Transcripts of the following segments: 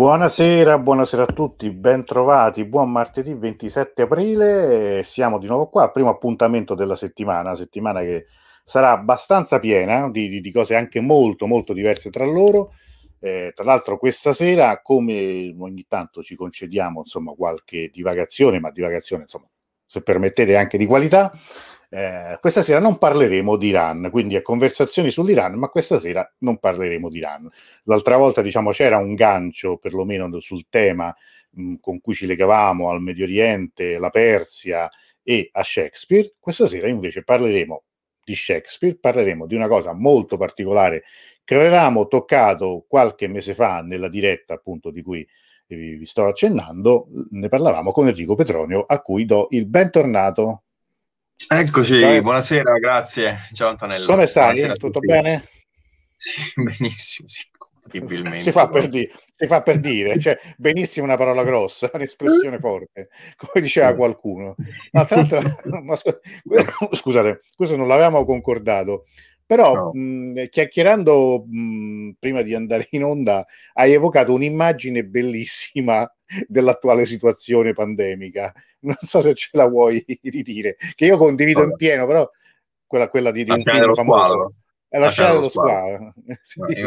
Buonasera a tutti, ben trovati, buon martedì 27 aprile, siamo di nuovo qua, primo appuntamento della settimana che sarà abbastanza piena di cose anche molto molto diverse tra loro. Tra l'altro questa sera, come ogni tanto ci concediamo insomma qualche divagazione, ma divagazione insomma, se permettete, anche di qualità. Questa sera non parleremo di Iran, quindi è conversazioni sull'Iran, ma questa sera non parleremo di Iran. L'altra volta, diciamo, c'era un gancio, perlomeno sul tema con cui ci legavamo al Medio Oriente, la Persia e a Shakespeare. Questa sera invece parleremo di Shakespeare, parleremo di una cosa molto particolare che avevamo toccato qualche mese fa nella diretta, appunto, di cui vi sto accennando. Ne parlavamo con Enrico Petronio, a cui do il bentornato. Eccoci, Ciao, buonasera, grazie. Ciao Antonello, come stai? buonasera a Tutto tutti. bene? Sì, benissimo, sì, Si compatibilmente fa per, poi. di- si fa per dire, cioè, benissimo è una parola grossa, un'espressione forte, come diceva qualcuno. No, tra l'altro, ma scusate, questo non l'avevamo concordato, però No. chiacchierando prima di andare in onda, hai evocato un'immagine bellissima dell'attuale situazione pandemica. Non so se ce la vuoi ridire, che io condivido in Vabbè. pieno, però quella di La un scena film dello famoso. squalo? È la La scena scena dello dello squalo. squalo. Sì. No,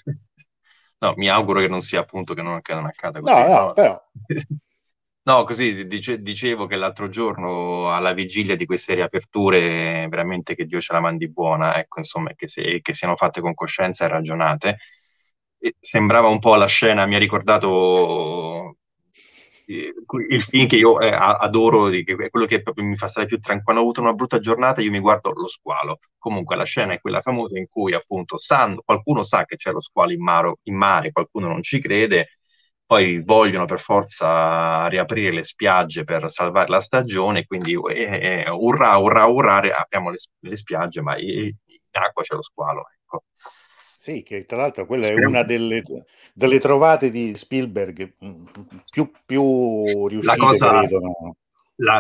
no, mi auguro che non sia appunto che non accada No, così, no, no. però No, così dicevo che l'altro giorno, alla vigilia di queste riaperture, veramente che Dio ce la mandi buona, ecco, insomma, che siano fatte con coscienza e ragionate. E sembrava un po' la scena, mi ha ricordato il film che io adoro, che è quello che proprio mi fa stare più tranquillo. Quando ho avuto una brutta giornata, io mi guardo lo squalo. Comunque, la scena è quella famosa in cui appunto qualcuno sa che c'è lo squalo in mare, qualcuno non ci crede, poi vogliono per forza riaprire le spiagge per salvare la stagione, quindi urrà, urrà, urrà, apriamo le spiagge, ma in acqua c'è lo squalo, ecco. sì, che tra l'altro quella è Speriamo- una delle trovate di Spielberg più La riuscite, cosa, credo, no? la,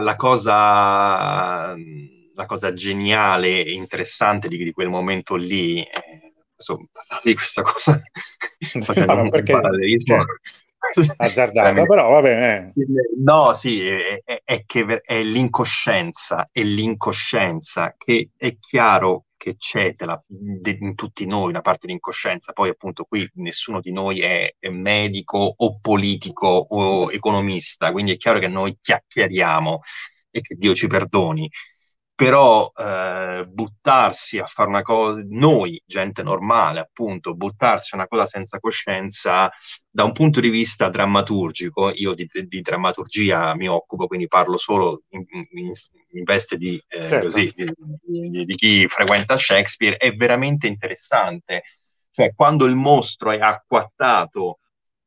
la cosa geniale e interessante di quel momento lì, insomma, di questa cosa, No, facendo no, un perché parallelismo, cioè, azzardato, veramente. però va bene. Sì, no, sì, è che è l'incoscienza, è l'incoscienza che è chiaro che c'è in tutti noi una parte di incoscienza, poi appunto qui nessuno di noi è medico o politico o economista, quindi è chiaro che noi chiacchieriamo e che Dio ci perdoni, però buttarsi a fare una cosa, noi, gente normale, appunto, buttarsi a una cosa senza coscienza, da un punto di vista drammaturgico, io di drammaturgia mi occupo, quindi parlo solo in veste di, Certo. così, di chi frequenta Shakespeare, è veramente interessante. Cioè, quando il mostro è acquattato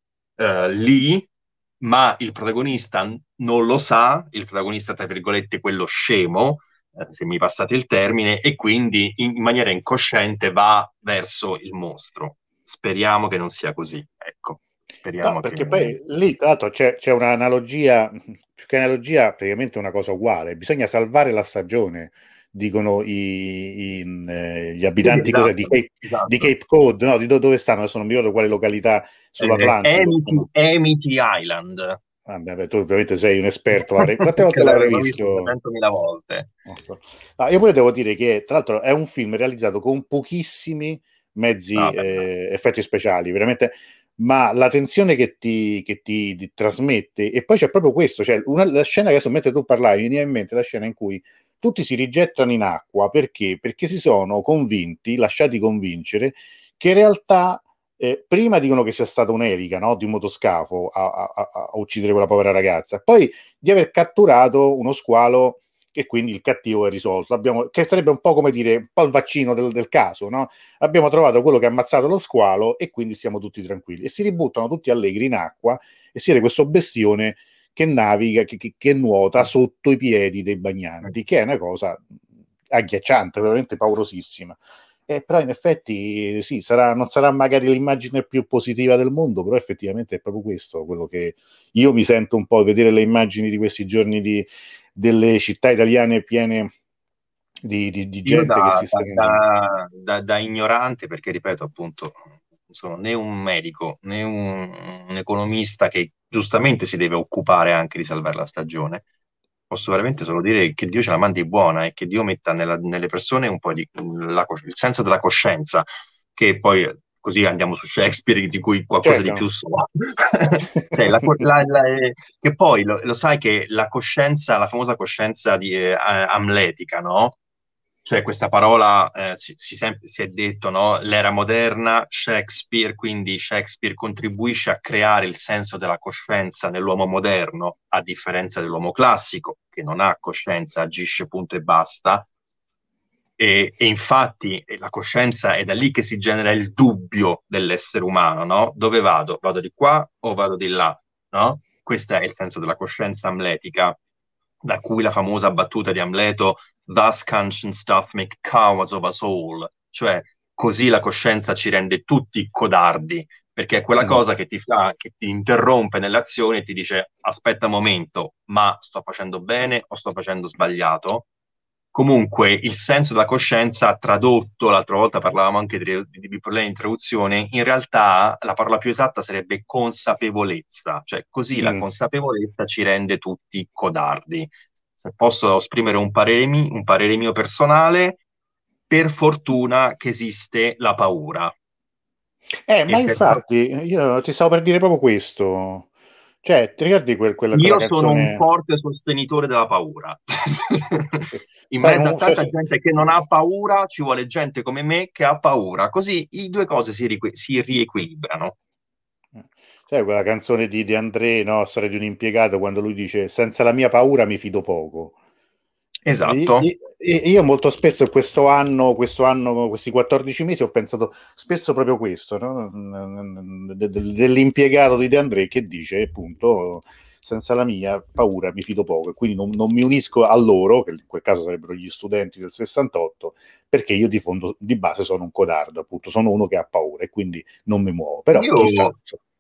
lì, ma il protagonista non lo sa, il protagonista, tra virgolette, quello scemo, se mi passate il termine, e quindi in maniera incosciente va verso il mostro. Speriamo che non sia così, ecco. No, Speriamo che... perché poi lì, tra l'altro, c'è un'analogia, più che analogia, praticamente una cosa uguale. Bisogna salvare la stagione, dicono gli Sì, sì, abitanti cos'è, esatto, di esatto. Cape Cod, no, dove stanno? Adesso non mi ricordo quale località sull'Atlantico. Insomma. Amity Island. Ah, beh, tu ovviamente sei un esperto, quante volte Che l'avrai l'ho visto visto? 300.000 volte. No, io poi devo dire che, tra l'altro, è un film realizzato con pochissimi mezzi, No, beh, no. effetti speciali, veramente, ma la tensione che ti trasmette, e poi c'è proprio questo, cioè la scena che adesso mentre tu parlavi, mi veniva in mente la scena in cui tutti si rigettano in acqua perché? Perché si sono convinti, lasciati convincere, che in realtà prima dicono che sia stata un'elica, no? Di un motoscafo a uccidere quella povera ragazza, poi di aver catturato uno squalo che quindi il cattivo è risolto. Che sarebbe un po' come dire, un po' il vaccino del caso, no? Abbiamo trovato quello che ha ammazzato lo squalo e quindi siamo tutti tranquilli. E si ributtano tutti allegri in acqua e si vede questo bestione che naviga, che nuota sotto i piedi dei bagnanti, che è una cosa agghiacciante, veramente paurosissima. Però in effetti sì, non sarà magari l'immagine più positiva del mondo, però effettivamente è proprio questo quello che io mi sento un po' a vedere le immagini di questi giorni delle città italiane piene di Io gente che si sta... da ignorante, perché ripeto appunto, sono né un medico né un economista che giustamente si deve occupare anche di salvare la stagione. Posso veramente solo dire che Dio ce la mandi buona e che Dio metta nelle persone un po' il senso della coscienza, che poi così andiamo su Shakespeare, di cui qualcosa di Certo. più so. Cioè, che poi lo sai che la coscienza, la famosa coscienza amletica, no? Cioè, questa parola si è detto, no? L'era moderna, Shakespeare, quindi Shakespeare contribuisce a creare il senso della coscienza nell'uomo moderno, a differenza dell'uomo classico, che non ha coscienza, agisce punto e basta. E infatti la coscienza è da lì che si genera il dubbio dell'essere umano, no? Dove vado? Vado di qua o vado di là? No? Questo è il senso della coscienza amletica, da cui la famosa battuta di Amleto, Thus conscience doth make cowards of us all, cioè così la coscienza ci rende tutti codardi, perché è quella cosa che ti fa, che ti interrompe nell'azione e ti dice aspetta un momento, ma sto facendo bene o sto facendo sbagliato? Comunque il senso della coscienza tradotto, l'altra volta parlavamo anche di problemi di traduzione, in realtà la parola più esatta sarebbe consapevolezza, cioè così la Mm. consapevolezza ci rende tutti codardi. Se posso esprimere un parere mio personale, per fortuna che esiste la paura. Ma E per- infatti, io ti stavo per dire proprio questo. Cioè, ti ricordi quella Io sono un canzone? forte sostenitore della paura. Sì. In Sai, mezzo a tanta gente che non ha paura, ci vuole gente come me che ha paura. Così i due cose si riequilibrano. sai quella canzone di De André, no? Storia di un impiegato, quando lui dice senza la mia paura mi fido poco. Esatto. Io molto spesso questo anno, questi 14 mesi, ho pensato spesso proprio questo, no? Dell'impiegato di De André che dice, appunto, senza la mia paura mi fido poco, e quindi non mi unisco a loro, che in quel caso sarebbero gli studenti del 68, perché io di fondo, di base, sono un codardo, appunto, sono uno che ha paura e quindi non mi muovo. Però Io, chissà.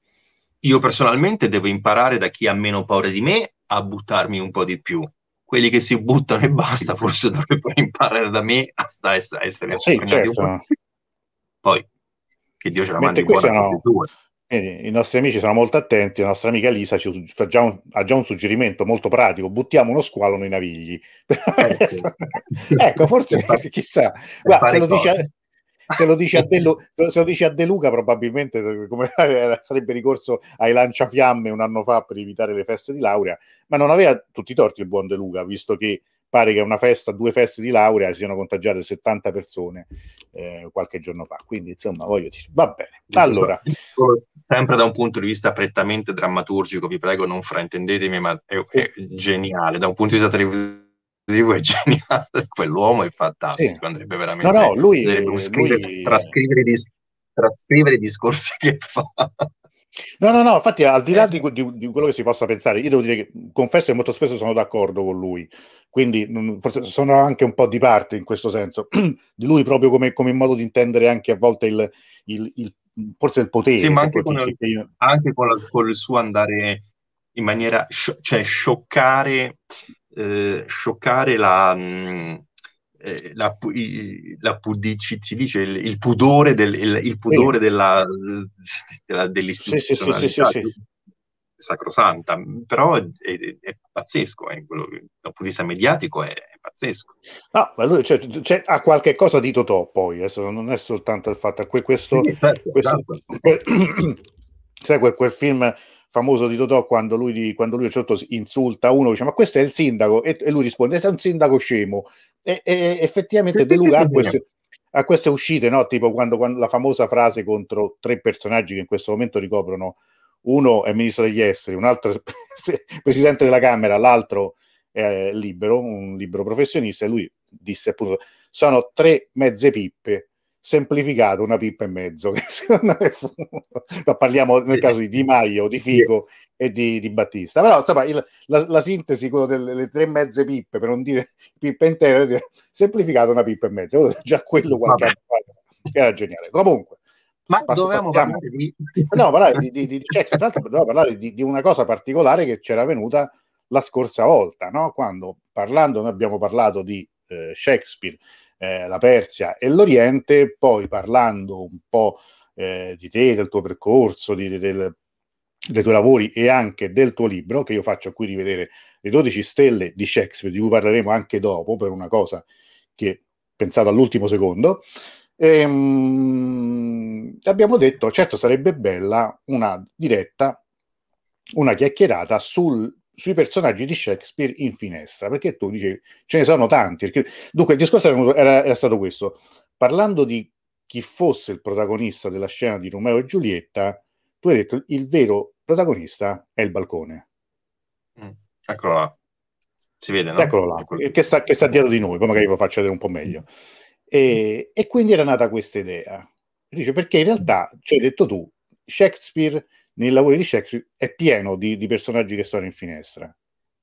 io personalmente devo imparare da chi ha meno paura di me a buttarmi un po' di più. Quelli che si buttano e basta, forse dovrebbero imparare da me a essere Sì, frenati un po' di certo. più. Poi, che Dio ce la Mentre mandi qui buona a tutti e sono, due. i nostri amici sono molto attenti, la nostra amica Lisa ha già un suggerimento molto pratico: buttiamo uno squalo nei navigli. Sì. Ecco, Per forse fa- chissà. per Guarda, fare cose. se lo dici se lo dici a De Luca, probabilmente sarebbe ricorso ai lanciafiamme un anno fa per evitare le feste di laurea, ma non aveva tutti i torti il buon De Luca, visto che pare che due feste di laurea siano contagiate 70 persone qualche giorno fa. Quindi, insomma, voglio dire, va bene. Allora, Sempre da un punto di vista prettamente drammaturgico, vi prego, non fraintendetemi, ma è geniale. Da un punto di vista televisivo è geniale. Quell'uomo è sì. fantastico. Andrebbe No, veramente. no, Bisognerebbe lui. trascrivere i discorsi che fa. No, no, no, infatti al di là Eh, di quello che si possa pensare, io devo dire che confesso che molto spesso sono d'accordo con lui, quindi forse sono anche un po' di parte in questo senso, di lui proprio come modo di intendere anche a volte forse il sì, potere ma che, poi- che io. anche con il suo andare in maniera, cioè scioccare la pudicizia, si dice il pudore, il Sì, pudore sì, sì, sì, sì, sì, dell'istituzionalità sì. sacrosanta, però è pazzesco, dal punto di vista mediatico è pazzesco. No, ma lui ha qualche cosa di Totò poi, adesso non è soltanto il fatto Sì, certo, questo esatto. sai quel film famoso di Totò quando lui a un certo punto insulta uno, dice ma questo è il sindaco e lui risponde sei un sindaco scemo e Sì, effettivamente sì, De sì, Luca sì, sì. ha queste uscite, no? Tipo quando la famosa frase contro tre personaggi che in questo momento ricoprono, uno è ministro degli esteri, un altro è presidente della Camera, l'altro è un libero professionista, e lui disse appunto sono tre mezze pippe, semplificato una pippa e mezzo, che secondo me no, parliamo nel caso di Maio, di Sì. Fico e di Battista, però insomma la sintesi, quello delle tre mezze pippe, per non dire pippe intere, semplificato una pippa e mezzo, già quello qualche Vabbè. anno fa era geniale. Comunque Ma dovevamo passiamo. parlare di... Andiamo a parlare di Shakespeare, tra l'altro dobbiamo parlare di una cosa particolare che c'era venuta la scorsa volta, no? Quando noi abbiamo parlato di Shakespeare, la Persia e l'Oriente, poi parlando un po' di te, del tuo percorso, dei tuoi lavori e anche del tuo libro, che io faccio qui rivedere le 12 stelle di Shakespeare, di cui parleremo anche dopo, per una cosa che ho pensato all'ultimo secondo. Abbiamo detto, certo sarebbe bella una diretta, una chiacchierata sui personaggi di Shakespeare in finestra, perché tu dicevi, ce ne sono tanti. Dunque il discorso era stato questo, parlando di chi fosse il protagonista della scena di Romeo e Giulietta, tu hai detto il vero protagonista è il balcone. Eccolo là. Si vede, no? Eccolo là, che sta dietro di noi, poi magari vi faccio vedere un po' meglio. E quindi era nata questa idea. Dice, perché in realtà, ci hai detto tu, Shakespeare, nei lavori di Shakespeare, è pieno di personaggi che sono in finestra.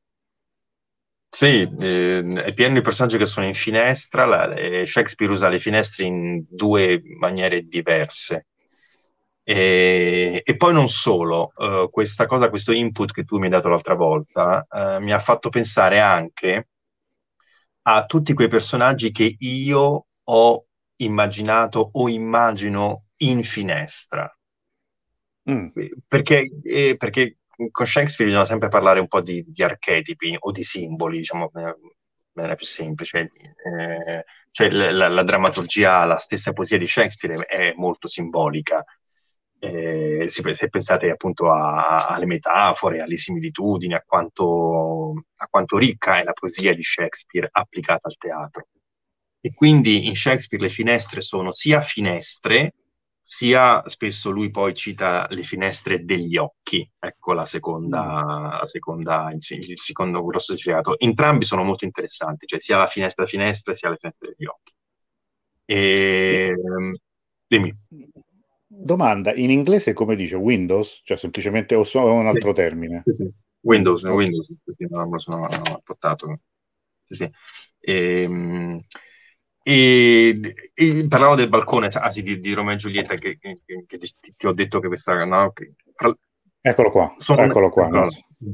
Sì, è pieno di personaggi che sono in finestra. Shakespeare usa le finestre in due maniere diverse. E poi non solo, questa cosa, questo input che tu mi hai dato l'altra volta, mi ha fatto pensare anche a tutti quei personaggi che io ho immaginato o immagino in finestra. Mm. Perché con Shakespeare bisogna sempre parlare un po' di archetipi o di simboli, diciamo, è più semplice. Cioè la drammaturgia, la stessa poesia di Shakespeare è molto simbolica. Se pensate appunto alle metafore, alle similitudini, a quanto ricca è la poesia di Shakespeare applicata al teatro. E quindi in Shakespeare le finestre sono sia finestre, sia spesso lui poi cita le finestre degli occhi. Ecco il secondo grosso significato. Entrambi sono molto interessanti, cioè sia la finestra finestre, sia le finestre degli occhi. E, dimmi. Domanda, in inglese come dice Windows? Cioè semplicemente o un Sì, altro termine? sì, sì. Windows, ok. non me lo sono portato. Sì, sì. Parlavo del balcone, sì, di Romeo e Giulietta, che ti ho detto che questa, no, Eccolo qua, sono, eccolo qua. ecco,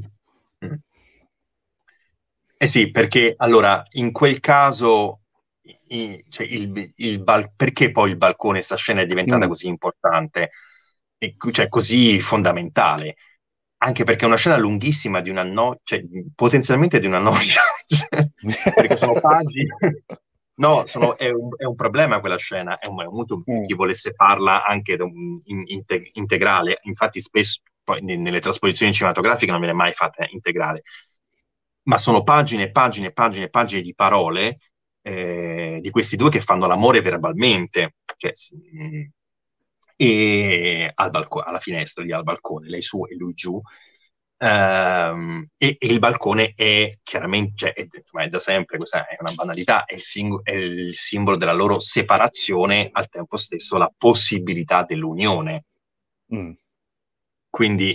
eh sì, perché allora in quel caso, cioè, perché poi il balcone, sta scena è diventata Mm. così importante, cioè così fondamentale? Anche perché è una scena lunghissima cioè, potenzialmente di una noia, cioè, perché sono pagine. No, è un problema quella scena, è molto chi Mm. volesse farla anche integrale, infatti spesso poi nelle trasposizioni cinematografiche non viene mai fatta integrale, ma sono pagine e pagine e pagine e pagine di parole di questi due che fanno l'amore verbalmente, cioè, e alla finestra, lì al balcone, lei su e lui giù. E il balcone è chiaramente, cioè, insomma, è da sempre, questa è una banalità, è il simbolo della loro separazione, al tempo stesso la possibilità dell'unione. Mm. Quindi,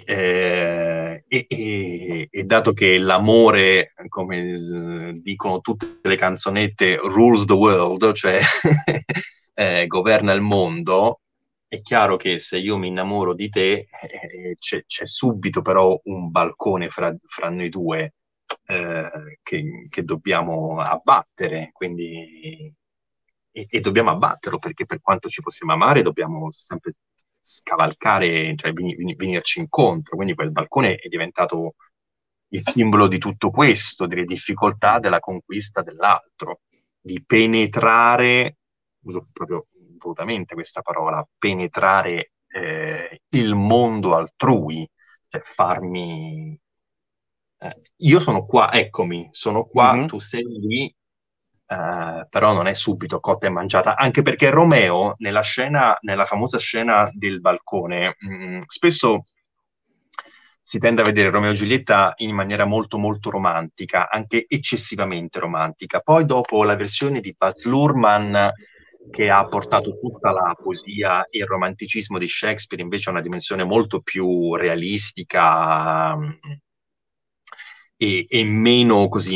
e dato che l'amore, come dicono tutte le canzonette, rules the world, cioè governa il mondo, è chiaro che se io mi innamoro di te, c'è subito però un balcone fra noi due che dobbiamo abbattere, quindi, e dobbiamo abbatterlo perché per quanto ci possiamo amare, dobbiamo sempre scavalcare, cioè venirci incontro. Quindi quel balcone è diventato il simbolo di tutto questo, delle difficoltà della conquista dell'altro, di penetrare, uso proprio volutamente questa parola, penetrare il mondo altrui, cioè farmi. Io sono qua, eccomi, sono qua, Mhm. tu sei lì, però non è subito cotta e mangiata, anche perché Romeo, nella famosa scena del balcone, spesso si tende a vedere Romeo e Giulietta in maniera molto molto romantica, anche eccessivamente romantica. Poi dopo la versione di Baz Luhrmann, che ha portato tutta la poesia e il romanticismo di Shakespeare invece a una dimensione molto più realistica, e meno così,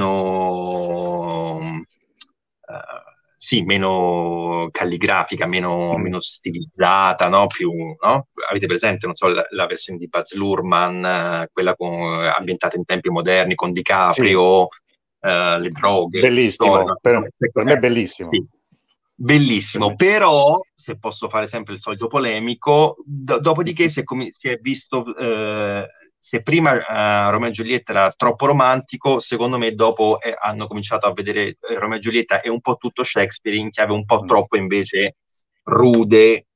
sì, meno calligrafica, Mm. meno stilizzata, no? No? Avete presente, non so, la versione di Baz Luhrmann, quella ambientata in tempi moderni, con Sì, DiCaprio, le droghe, le pistole, bellissimo, no? per me è bellissimo. Sì. Bellissimo, però se posso fare sempre il solito polemico, dopodiché si è visto, se prima Romeo e Giulietta era troppo romantico, secondo me dopo hanno cominciato a vedere Romeo e Giulietta e un po' tutto Shakespeare in chiave un po' Mm. troppo invece rude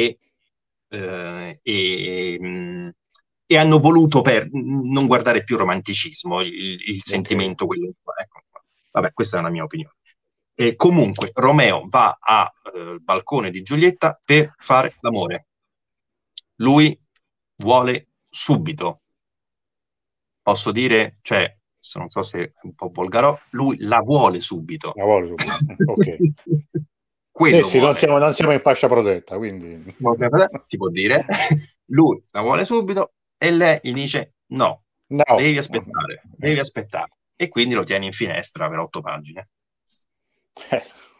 e e hanno voluto non guardare più romanticismo, il Ok. sentimento, quello. Ecco. Vabbè, questa è una mia opinione. E comunque Romeo va al balcone di Giulietta per fare l'amore. Lui vuole subito. Posso dire, cioè, non so se è un po' volgarò, lui la vuole subito. La vuole subito. Ok. Sì, Quello sì, non vuole. siamo, non siamo in fascia protetta, quindi... Si può dire. Lui la vuole subito e lei gli dice no, No. devi aspettare. E quindi lo tiene in finestra per 8 pagine. Eh.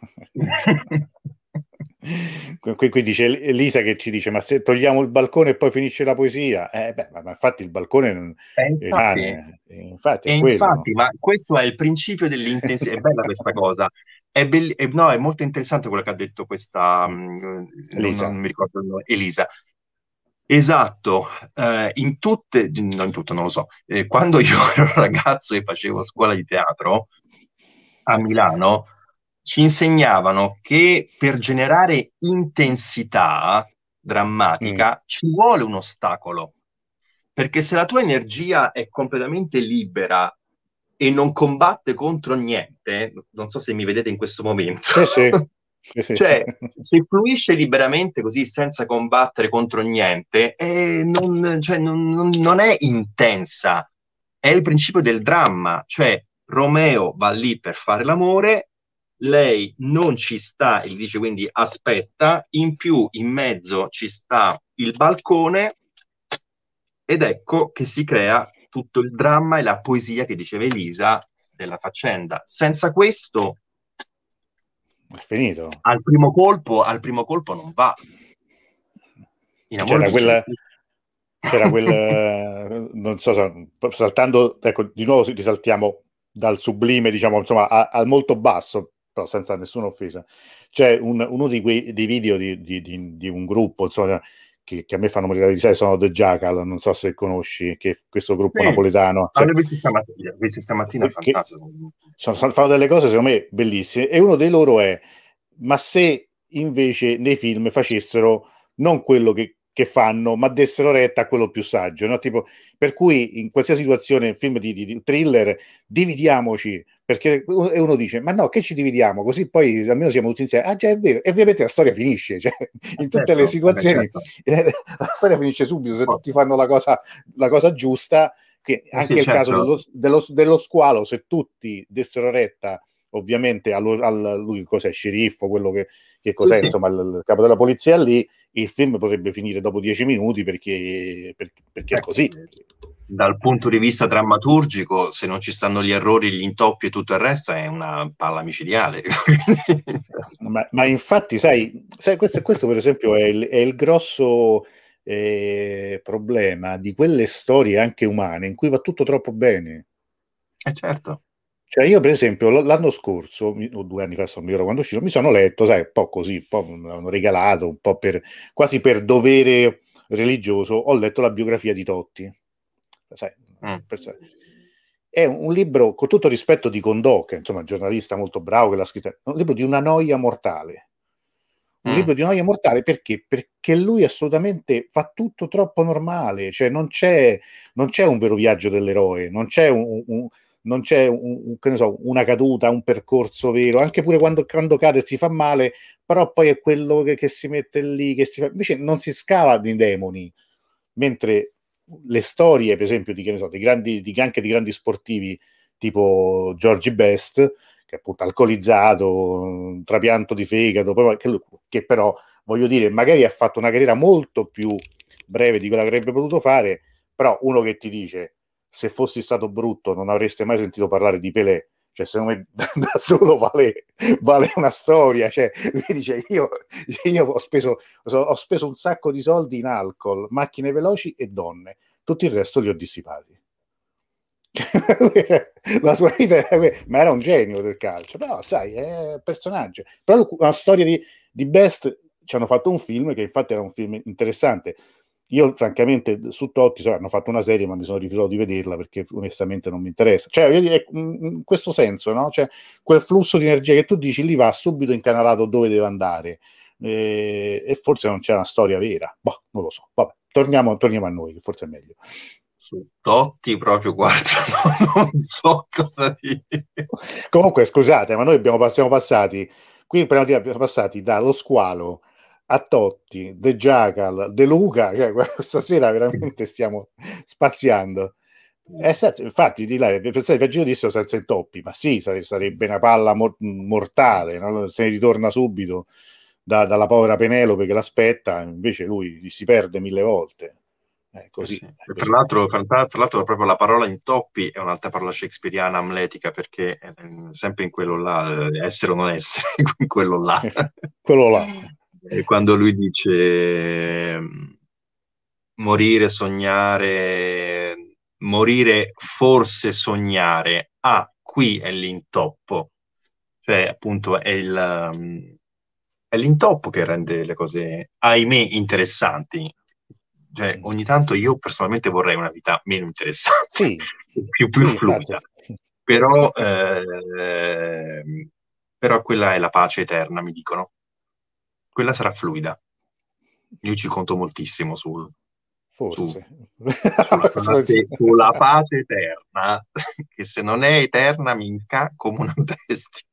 Qui dice Elisa che ci dice: ma se togliamo il balcone e poi finisce la poesia, beh, ma infatti il balcone Infatti, rimane, infatti è quello. ma questo è il principio dell'intensità. È bella questa cosa. No, è molto interessante quello che ha detto questa, Mm. non Elisa. mi ricordo il nome, Elisa. Esatto, in tutte, no, in tutte non lo so, quando io ero ragazzo e facevo scuola di teatro a Milano, ci insegnavano che per generare intensità Mm. drammatica ci vuole un ostacolo, perché se la tua energia è completamente libera e non combatte contro niente, non so se mi vedete in questo momento, Sì, sì, sì, sì. cioè se fluisce liberamente così senza combattere contro niente, cioè, non è intensa, è il principio del dramma, cioè Romeo va lì per fare l'amore, lei non ci sta, e gli dice quindi aspetta, in più in mezzo ci sta il balcone ed ecco che si crea tutto il dramma e la poesia che diceva Elisa della faccenda. Senza questo, È finito. al primo colpo non va. In amore C'era succede quel, tutto. c'era quel, non so, saltando, ecco, di nuovo risaltiamo dal sublime, diciamo, insomma, al molto basso, però senza nessuna offesa. C'è uno dei video di un gruppo, insomma, che a me fanno morire di sé, sono The Jackal, non so se conosci, che questo gruppo Sì, napoletano, cioè, l'ho visto stamattina, è che fantastico. fanno delle cose secondo me bellissime, e uno dei loro è: ma se invece nei film facessero non quello che fanno, ma dessero retta a quello più saggio, no? Tipo, per cui in qualsiasi situazione, film di thriller, dividiamoci, perché e uno dice: ma no, che ci dividiamo? Così poi almeno siamo tutti insieme. Ah già, è vero, e ovviamente la storia finisce, cioè, in tutte le situazioni Certo. la storia finisce subito, se tutti fanno la cosa giusta, che Sì, anche il caso certo. dello squalo, se tutti dessero retta ovviamente lui cos'è, sceriffo, quello che Sì, cos'è, sì. insomma, il capo della polizia lì, il film potrebbe finire dopo 10 minuti perché è così. Dal punto di vista drammaturgico, se non ci stanno gli errori, gli intoppi e tutto il resto, è una palla micidiale. Ma infatti, sai questo per esempio è il grosso problema di quelle storie anche umane in cui va tutto troppo bene. Certo. Cioè io per esempio l'anno scorso, o 2 anni fa, non mi ricordo quando uscito, mi sono letto, sai, un po' così, un po' me l'hanno regalato, un po' quasi per dovere religioso, ho letto la biografia di Totti. Sai, Mm. è un libro, con tutto rispetto, di Condò, che insomma è un giornalista molto bravo che l'ha scritto, è un libro di una noia mortale. Un Mm. libro di noia mortale perché? Perché lui assolutamente fa tutto troppo normale, cioè non c'è un vero viaggio dell'eroe, non c'è che ne so, una caduta, un percorso vero, anche pure quando cade si fa male, però poi è quello che si mette lì, invece non si scava dei demoni, mentre le storie, per esempio, che ne so, anche di grandi sportivi tipo Georgie Best, che è appunto alcolizzato, un trapianto di fegato, che però, voglio dire, magari ha fatto una carriera molto più breve di quella che avrebbe potuto fare, però uno che ti dice: se fossi stato brutto non avreste mai sentito parlare di Pelé, cioè secondo me da solo vale una storia, cioè lui dice: io ho speso un sacco di soldi in alcol, macchine veloci e donne, tutto il resto li ho dissipati. La sua vita era ma era un genio del calcio, però sai, è un personaggio. Però una storia di Best ci hanno fatto un film che infatti era un film interessante. Io francamente su Totti hanno fatto una serie ma mi sono rifiutato di vederla perché onestamente non mi interessa. Cioè, in questo senso, no? Cioè, quel flusso di energia che tu dici lì va subito incanalato dove deve andare e forse non c'è una storia vera. Boh, non lo so. Vabbè, torniamo a noi, che forse è meglio. Su Totti proprio, guarda, non so cosa dire. Comunque, scusate, ma noi siamo passati, qui prima di abbiamo passati dallo squalo a Totti, De Giacal, De Luca, cioè stasera veramente stiamo spaziando. Infatti, di là, pensate, peggio dissero senza intoppi, ma sì, sarebbe una palla mortale, no? Se ne ritorna subito dalla povera Penelope che l'aspetta, invece lui si perde 1000 volte. Così, Sì. E così. tra l'altro proprio la parola intoppi è un'altra parola shakespeariana amletica perché è sempre in quello là, essere o non essere, in quello là. Quello là. E quando lui dice morire, sognare, morire, forse sognare. Ah, qui è l'intoppo. Cioè, appunto, è l'intoppo che rende le cose, ahimè, interessanti. Cioè, ogni tanto io personalmente vorrei una vita meno interessante, Sì, più sì, infatti. fluida. Però, però quella è la pace eterna, mi dicono. Quella sarà fluida. Io ci conto moltissimo su- Forse. sulla pace eterna, che se non è eterna mi incà come una bestia.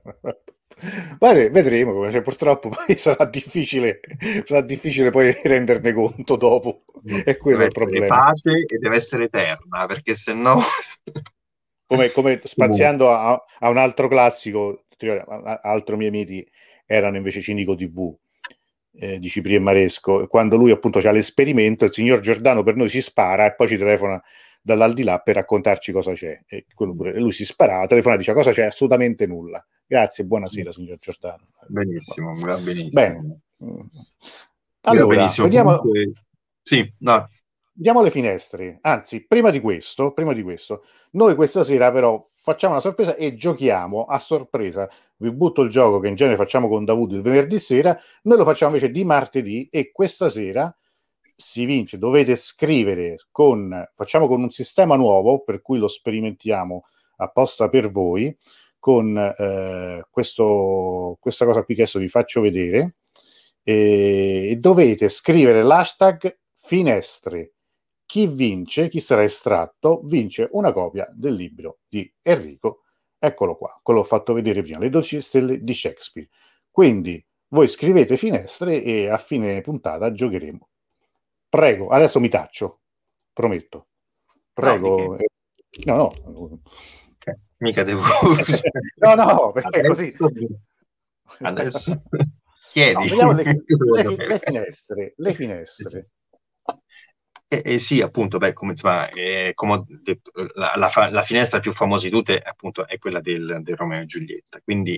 Vedremo come, cioè, purtroppo poi sarà difficile poi renderne conto dopo, è quello Deve il essere problema. pace e deve essere eterna, perché se no... Come Comunque, spaziando a un altro classico, altro miei miti erano invece Cinico TV di Cipri e Maresco, quando lui appunto c'ha l'esperimento, il signor Giordano per noi si spara e poi ci telefona dall'aldilà per raccontarci cosa c'è. E lui si sparava, telefona e dice cosa c'è? Assolutamente nulla. Grazie, buonasera signor Giordano. benissimo, va Bene. benissimo. Va Allora, benissimo. Comunque, sì, no, vediamo le finestre. Anzi, prima di questo, noi questa sera però facciamo una sorpresa e giochiamo a sorpresa. Vi butto il gioco che in genere facciamo con Davuto il venerdì sera, noi lo facciamo invece di martedì e questa sera si vince. Dovete scrivere facciamo con un sistema nuovo per cui lo sperimentiamo apposta per voi con questa cosa qui che adesso vi faccio vedere e dovete scrivere l'hashtag finestre. Chi vince, chi sarà estratto, vince una copia del libro di Enrico. Eccolo qua, quello ho fatto vedere prima, Le 12 stelle di Shakespeare. Quindi voi scrivete finestre e a fine puntata giocheremo. Prego, adesso mi taccio, prometto. no, di che? Prego. No, no. Mica devo... No, no, perché così. Adesso, adesso No, chiedi. vediamo Cosa voglio le fare? finestre, le finestre. Sì, appunto, beh, come, insomma, come ho detto, la finestra più famosa di tutte, appunto, è quella del Romeo e Giulietta. Quindi,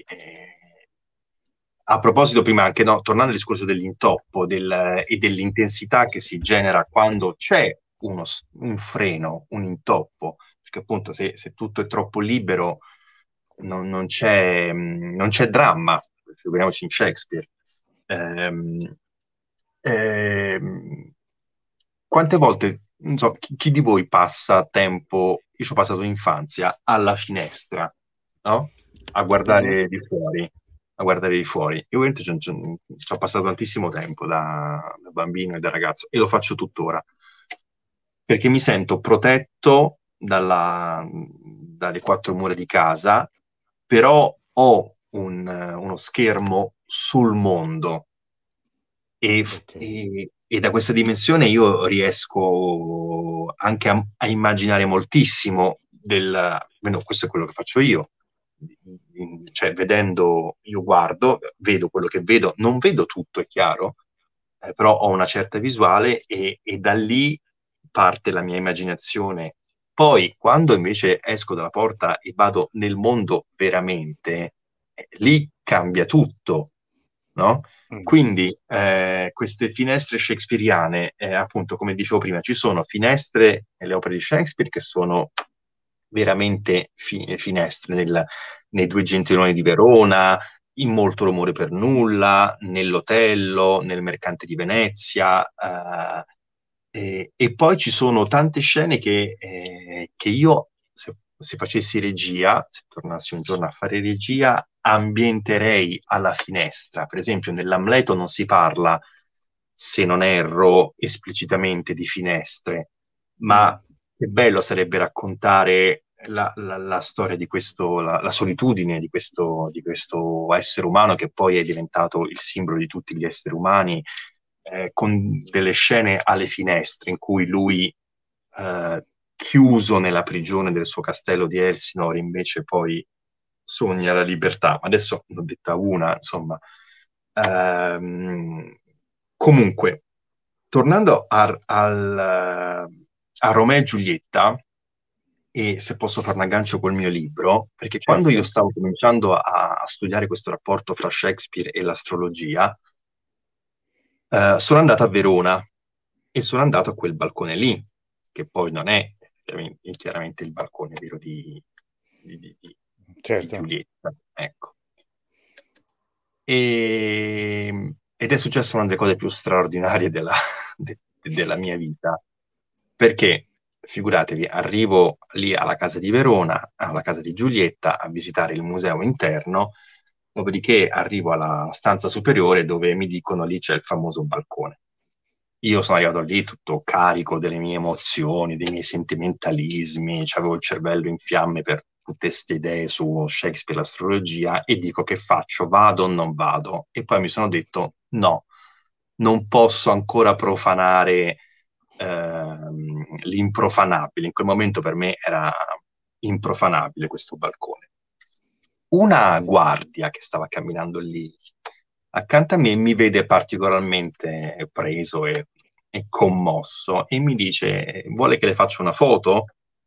a proposito, prima anche, no, tornando al discorso dell'intoppo e dell'intensità che si genera quando c'è un freno, un intoppo, perché appunto se tutto è troppo libero non c'è dramma, figuriamoci in Shakespeare. Ehm, ehm, quante volte, non so, chi di voi passa tempo, io ci ho passato l'infanzia, alla finestra, no? A Mhm. guardare di fuori, a guardare di fuori. Io ovviamente ci ho passato tantissimo tempo da bambino e da ragazzo e lo faccio tuttora, perché mi sento protetto dalle quattro mura di casa, però ho uno schermo sul mondo e, Ok. e da questa dimensione io riesco anche a immaginare moltissimo almeno questo è quello che faccio io. Cioè, vedendo, io guardo, vedo quello che vedo, non vedo tutto, è chiaro, però ho una certa visuale e da lì parte la mia immaginazione. Poi, quando invece esco dalla porta e vado nel mondo veramente, lì cambia tutto, no? Mm. Quindi queste finestre shakespeariane, appunto, come dicevo prima, ci sono finestre nelle opere di Shakespeare che sono veramente finestre nei Due Gentiluoni di Verona, in Molto rumore per nulla, nell'Otello, nel Mercante di Venezia, e poi ci sono tante scene che io, se facessi regia, se tornassi un giorno a fare regia, ambienterei alla finestra. Per esempio, nell'Amleto non si parla, se non erro, esplicitamente di finestre, Mm. ma che bello sarebbe raccontare la storia di questo, la solitudine di questo essere umano che poi è diventato il simbolo di tutti gli esseri umani, con delle scene alle finestre in cui lui, chiuso nella prigione del suo castello di Elsinore, invece poi sogna la libertà. Ma adesso ne ho detta una, insomma. Ehm, Comunque, tornando a Romeo e Giulietta, e se posso fare un aggancio col mio libro, perché quando io Certo. stavo cominciando a studiare questo rapporto fra Shakespeare e l'astrologia, sono andato a Verona e sono andato a quel balcone lì, che poi non è chiaramente il balcone vero di, di- di- di Certo. Giulietta, ecco. Ed è successa una delle cose più straordinarie della mia vita, perché figuratevi, arrivo lì alla casa di Verona, alla casa di Giulietta, a visitare il museo interno, dopodiché arrivo alla stanza superiore dove mi dicono lì c'è il famoso balcone. Io sono arrivato lì tutto carico delle mie emozioni, dei miei sentimentalismi, avevo il cervello in fiamme per tutte queste idee su Shakespeare, l'astrologia, e dico: che faccio? Vado o non vado? E poi mi sono detto: no, non posso ancora profanare l'improfanabile. In quel momento per me era improfanabile questo balcone. Una guardia che stava camminando lì accanto a me mi vede particolarmente preso e commosso e mi dice: vuole che le faccia una foto?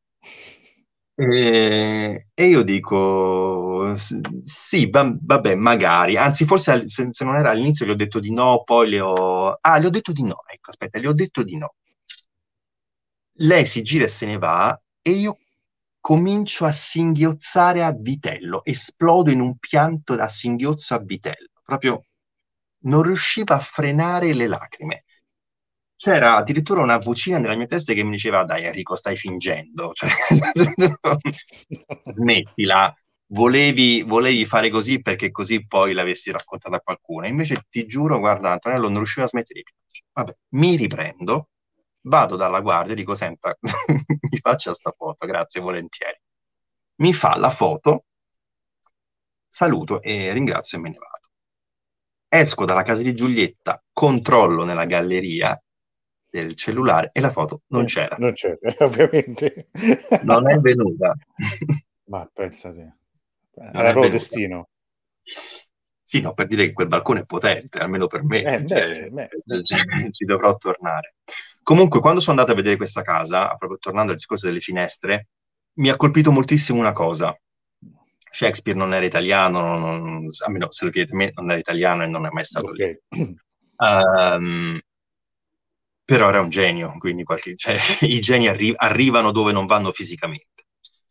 E io dico: sì, vabbè, magari. Anzi, forse se non era all'inizio gli ho detto di no, poi le ho... Ah, le ho detto di no, ecco, aspetta, le ho detto di no. Lei si gira e se ne va e io comincio a singhiozzare a vitello, esplodo in un pianto da singhiozzo a vitello, proprio non riuscivo a frenare le lacrime. C'era addirittura una vocina nella mia testa che mi diceva: dai Enrico, stai fingendo, cioè, smettila, volevi fare così perché così poi l'avessi raccontata a qualcuno. Invece ti giuro, guarda Antonello, non riuscivo a smettere di piangere. Vabbè, mi riprendo, vado dalla guardia e dico: senta, mi faccia sta foto, grazie, volentieri. Mi fa la foto, saluto e ringrazio e me ne vado. Esco dalla casa di Giulietta, controllo nella galleria del cellulare e la foto non c'era. Non c'è, ovviamente. Non è venuta. Ma pensate, Non era è proprio venuta. destino. Sì, no, per dire che quel balcone è potente, almeno per me, Beh, cioè, beh. ci dovrò tornare. Comunque, quando sono andato a vedere questa casa, proprio tornando al discorso delle finestre, mi ha colpito moltissimo una cosa. Shakespeare non era italiano, almeno se lo chiedete a me, non era italiano e non è mai stato Ok. lì. Ehm, Però era un genio, quindi cioè, i geni arrivano dove non vanno fisicamente.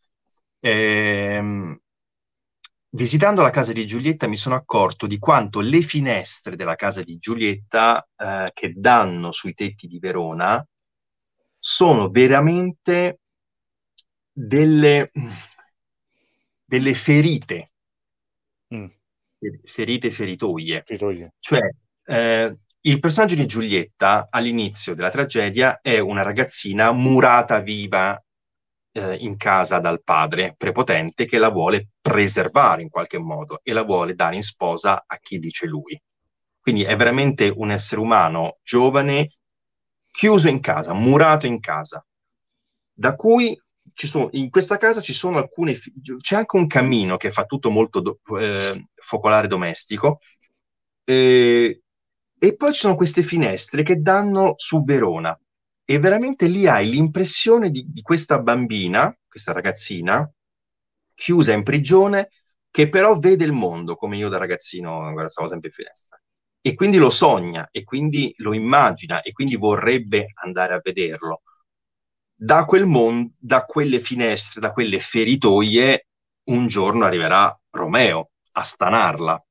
Ehm, Visitando la casa di Giulietta mi sono accorto di quanto le finestre della casa di Giulietta, che danno sui tetti di Verona, sono veramente delle, delle ferite, Mm, ferite feritoie. Fitoie. Cioè, il personaggio di Giulietta all'inizio della tragedia è una ragazzina murata viva in casa dal padre prepotente che la vuole preservare in qualche modo e la vuole dare in sposa a chi dice lui. Quindi è Mm, veramente un essere umano giovane, chiuso in casa, murato in casa, da cui in questa casa ci sono alcune, c'è anche un camino che fa tutto molto focolare domestico, eh, e poi ci sono queste finestre che danno su Verona e veramente lì hai l'impressione di questa bambina, questa ragazzina, chiusa in prigione, che però vede il mondo come io da ragazzino guardavo sempre in finestra. E quindi lo sogna, e quindi lo immagina, e quindi vorrebbe andare a vederlo. da quel mondo, da quelle finestre, da quelle feritoie, un giorno arriverà Romeo a stanarla.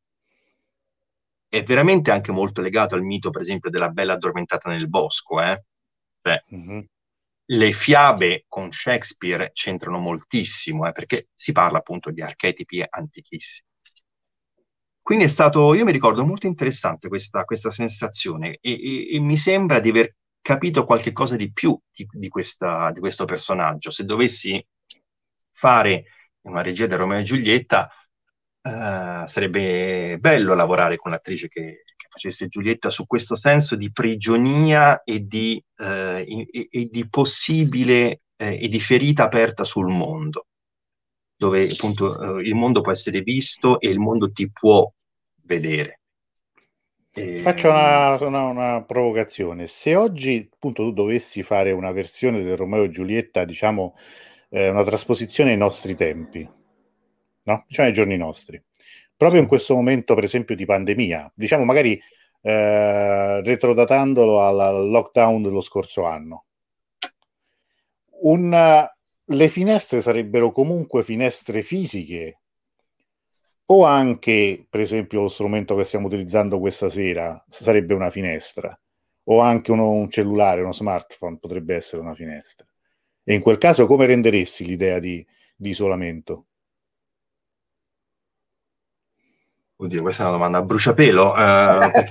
È veramente anche molto legato al mito, per esempio, della bella addormentata nel bosco, eh? Cioè, Mhm. le fiabe con Shakespeare c'entrano moltissimo, perché si parla appunto di archetipi antichissimi. Quindi è stato, io mi ricordo molto interessante questa sensazione e mi sembra di aver capito qualche cosa di più di questo personaggio. Se dovessi fare una regia di Romeo e Giulietta, sarebbe bello lavorare con l'attrice che facesse Giulietta su questo senso di prigionia e di possibile e di ferita aperta sul mondo, dove appunto il mondo può essere visto e il mondo ti può vedere. Ti faccio Ehm, una provocazione. Se oggi appunto tu dovessi fare una versione del Romeo e Giulietta, diciamo una trasposizione ai nostri tempi, no? Diciamo ai giorni nostri, proprio in sì. questo momento, per esempio, di pandemia, diciamo magari retrodatandolo al lockdown dello scorso anno, le finestre sarebbero comunque finestre fisiche o anche, per esempio, lo strumento che stiamo utilizzando questa sera sarebbe una finestra, o anche un cellulare, uno smartphone potrebbe essere una finestra. E in quel caso come renderesti l'idea di isolamento? Oddio, questa è una domanda a bruciapelo, perché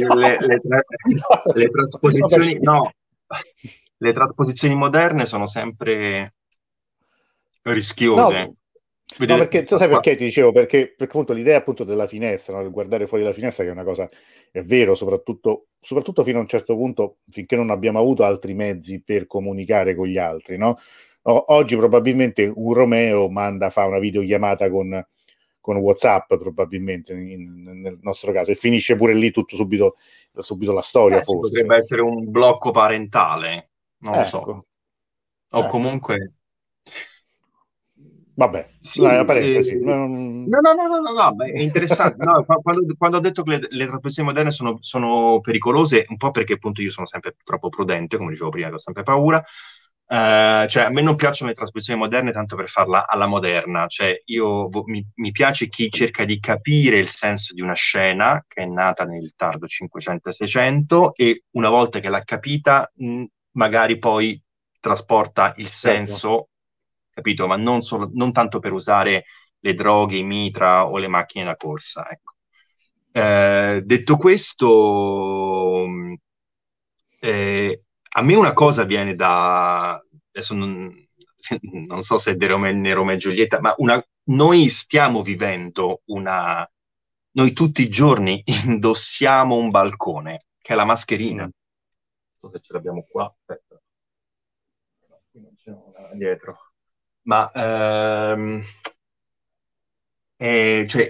le Vabbè, trasposizioni, no, le trasposizioni moderne sono sempre rischiose. no, no, Vedete, perché tu sai perché ti dicevo? Perché appunto l'idea appunto della finestra, no? Del guardare fuori dalla finestra, che è una cosa, è vero, soprattutto fino a un certo punto, finché non abbiamo avuto altri mezzi per comunicare con gli altri, no? Oggi probabilmente un Romeo fa una videochiamata con WhatsApp, probabilmente nel nostro caso, e finisce pure lì tutto subito la storia, ci forse. potrebbe essere un blocco parentale, non lo so. Ecco, O comunque, vabbè, no, sì, è una parentesi. no, no, no, no, no, no, beh, è interessante. No, quando ho detto che le trasposizioni moderne sono pericolose, un po' perché appunto io sono sempre troppo prudente, come dicevo prima, che ho sempre paura. Cioè, a me non piacciono le trasposizioni moderne tanto per farla alla moderna. Cioè, mi piace chi cerca di capire il senso di una scena che è nata nel tardo 500 e 600 e una volta che l'ha capita, magari poi trasporta il Certo. senso, capito? Ma non tanto per usare le droghe, i mitra o le macchine da corsa, ecco. Detto questo, a me una cosa viene da... Adesso non so se è di Romeo e Giulietta, ma noi stiamo vivendo una... Noi tutti i giorni indossiamo un balcone, che è la mascherina. Mm. Non so se ce l'abbiamo qua. Aspetta. No, qui non ce n'ho una dietro. Ma cioè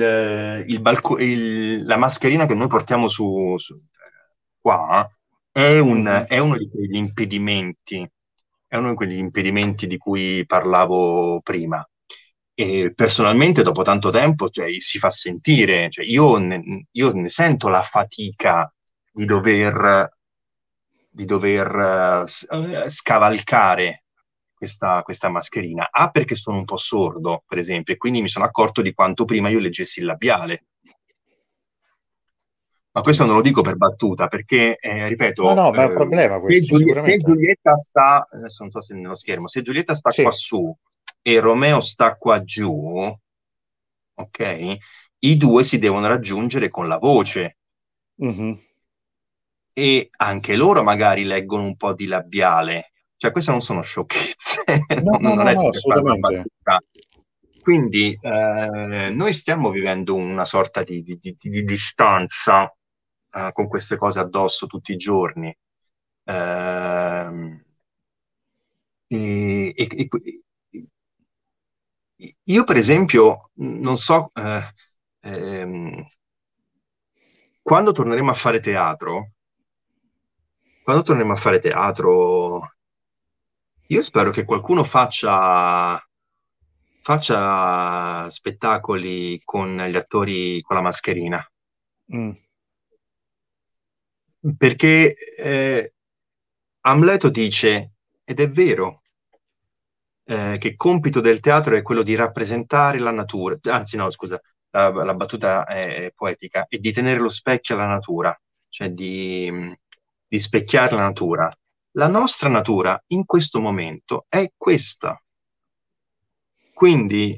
la mascherina che noi portiamo qua Mhm. è uno di quegli impedimenti, è uno di quegli impedimenti di cui parlavo prima. E personalmente, dopo tanto tempo, cioè, si fa sentire, cioè, io ne sento la fatica di dover scavalcare questa mascherina. A, perché sono un po' sordo, per esempio, e quindi mi sono accorto di quanto prima io leggessi il labiale. Ma questo Sì. non lo dico per battuta, perché, No, ripeto, no, ma è un problema questo, Se sicuramente. Giulietta sta, adesso non so se è nello schermo, se Giulietta sta qua Sì. su e Romeo sta qua giù, ok? I due si devono raggiungere con la voce Mhm. e anche loro magari leggono un po' di labiale. Cioè, queste non sono sciocchezze, No, no, non no, è no, per fare una assolutamente. battuta. Quindi noi stiamo vivendo una sorta di distanza con queste cose addosso tutti i giorni. Ehm, e, e- e- io, per esempio, non so, ehm, quando torneremo a fare teatro, quando torneremo a fare teatro, io spero che qualcuno faccia spettacoli con gli attori con la mascherina. Mm. Perché Amleto dice ed è vero, che compito del teatro è quello di rappresentare la natura, anzi no, scusa, la battuta è poetica, è di tenere lo specchio alla natura, cioè di specchiare la natura. La nostra natura in questo momento è questa. Quindi,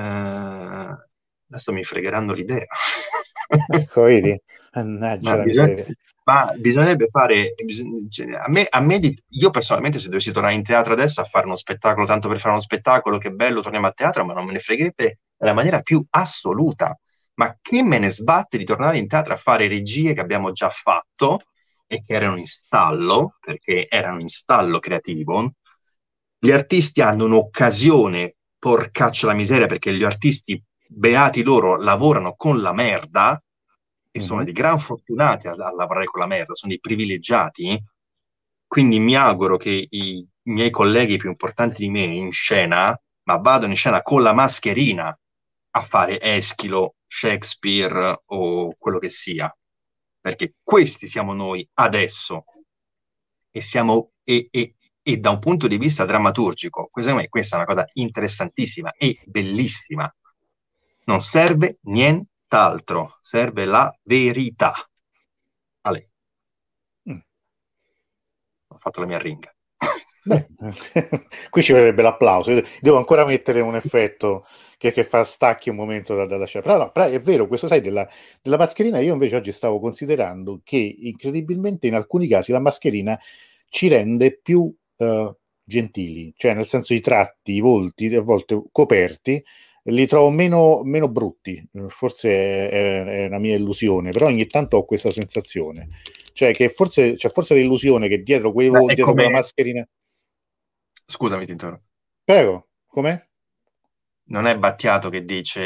adesso mi fregheranno l'idea. Ecco, vedi? Mannaggia Ma, la miseria. ma bisognerebbe fare, cioè, io personalmente se dovessi tornare in teatro adesso a fare uno spettacolo, tanto per fare uno spettacolo, che bello, torniamo a teatro, ma non me ne fregherebbe nella maniera più assoluta. Ma che me ne sbatte di tornare in teatro a fare regie che abbiamo già fatto e che erano in stallo, perché erano in stallo creativo. Gli artisti hanno un'occasione, porcaccia la miseria, perché gli artisti, beati loro, lavorano con la merda e sono Mhm. dei gran fortunati a lavorare con la merda, sono dei privilegiati. Quindi mi auguro che i miei colleghi più importanti di me in scena, ma vadano in scena con la mascherina a fare Eschilo, Shakespeare o quello che sia, perché questi siamo noi adesso e siamo e da un punto di vista drammaturgico, secondo me questa è una cosa interessantissima e bellissima. Non serve nient'altro, serve la verità. Ale, Mm. ho fatto la mia ringa. Beh, qui ci vorrebbe l'applauso. Io devo ancora mettere un effetto che fa stacchi un momento dalla scena. Però, no, però è vero, questo sai della mascherina. Io invece oggi stavo considerando che incredibilmente in alcuni casi la mascherina ci rende più gentili, cioè nel senso i tratti, i volti, a volte coperti, li trovo meno brutti. Forse è una mia illusione, però ogni tanto ho questa sensazione. Cioè che forse c'è forse l'illusione che dietro, Ma è dietro quella come, mascherina. scusami, ti interrompo. Prego, com'è? Non è Battiato che dice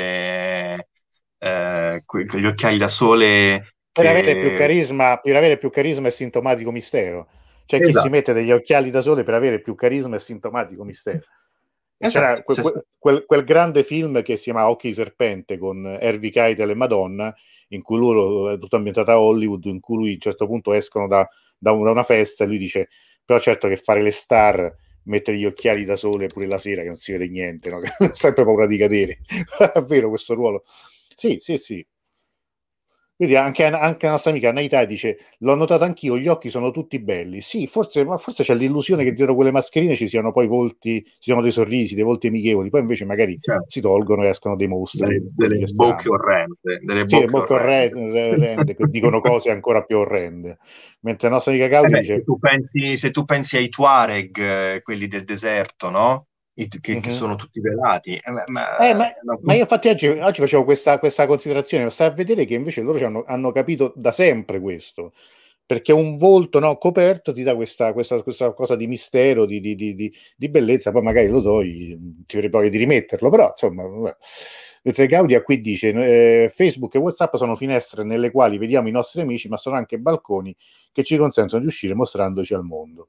gli occhiali da sole che... Per avere più carisma è sintomatico mistero. C'è chi si Esatto, mette degli occhiali da sole per avere più carisma e sintomatico mistero. E esatto. c'era quel grande film che si chiama Occhi di Serpente con Harvey Keitel e Madonna, in cui loro, è tutto ambientato a Hollywood, in cui lui, a un certo punto escono da una festa e lui dice, però certo che fare le star, mettere gli occhiali da sole pure la sera che non si vede niente, no? Sempre paura di cadere. È vero questo ruolo? Sì, sì, sì. Vedi, anche la nostra amica Naita dice: l'ho notato anch'io, gli occhi sono tutti belli. Sì, forse, ma forse c'è l'illusione che dietro quelle mascherine ci siano poi volti, ci siano dei sorrisi, dei volti amichevoli, poi invece magari Cioè, si tolgono e escono dei mostri, quelli delle che bocche stiamo. orrende, delle Sì, le bocche bocche orrende. orrende, che dicono cose ancora più orrende. Mentre la nostra amica Gaudi Beh, dice: se tu pensi ai Tuareg, quelli del deserto, no? Che "Mhm. sono tutti velati. Eh, ma, No, ma io infatti oggi facevo questa considerazione, stai a vedere che invece loro hanno capito da sempre questo, perché un volto no, coperto ti dà questa cosa di mistero, di bellezza, poi magari lo togli, ti avrei poi di rimetterlo, però insomma, vabbè. Mentre Gaudia qui dice, Facebook e WhatsApp sono finestre nelle quali vediamo i nostri amici, ma sono anche balconi che ci consentono di uscire mostrandoci al mondo.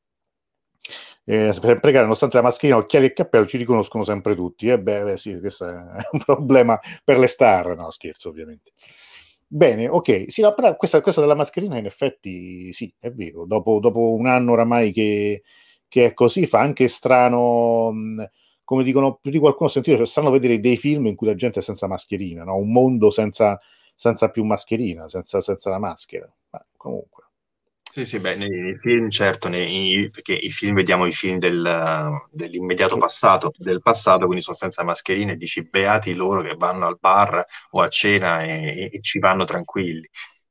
Per pregare, nonostante la mascherina, occhiali e cappello, ci riconoscono sempre tutti. Beh, sì, questo è un problema per le star. No, scherzo, ovviamente. Bene, ok. Sì, no, però questa della mascherina, in effetti, sì, è vero. Dopo un anno oramai che è così, fa anche strano, come dicono più di qualcuno, ho sentito, cioè strano vedere dei film in cui la gente è senza mascherina, no? Un mondo senza più mascherina, senza la maschera. Ma comunque. sì, sì, beh, nei film, certo, perché i film vediamo i film dell'immediato passato, del passato, quindi sono senza mascherine, e dici beati loro che vanno al bar o a cena e ci vanno tranquilli.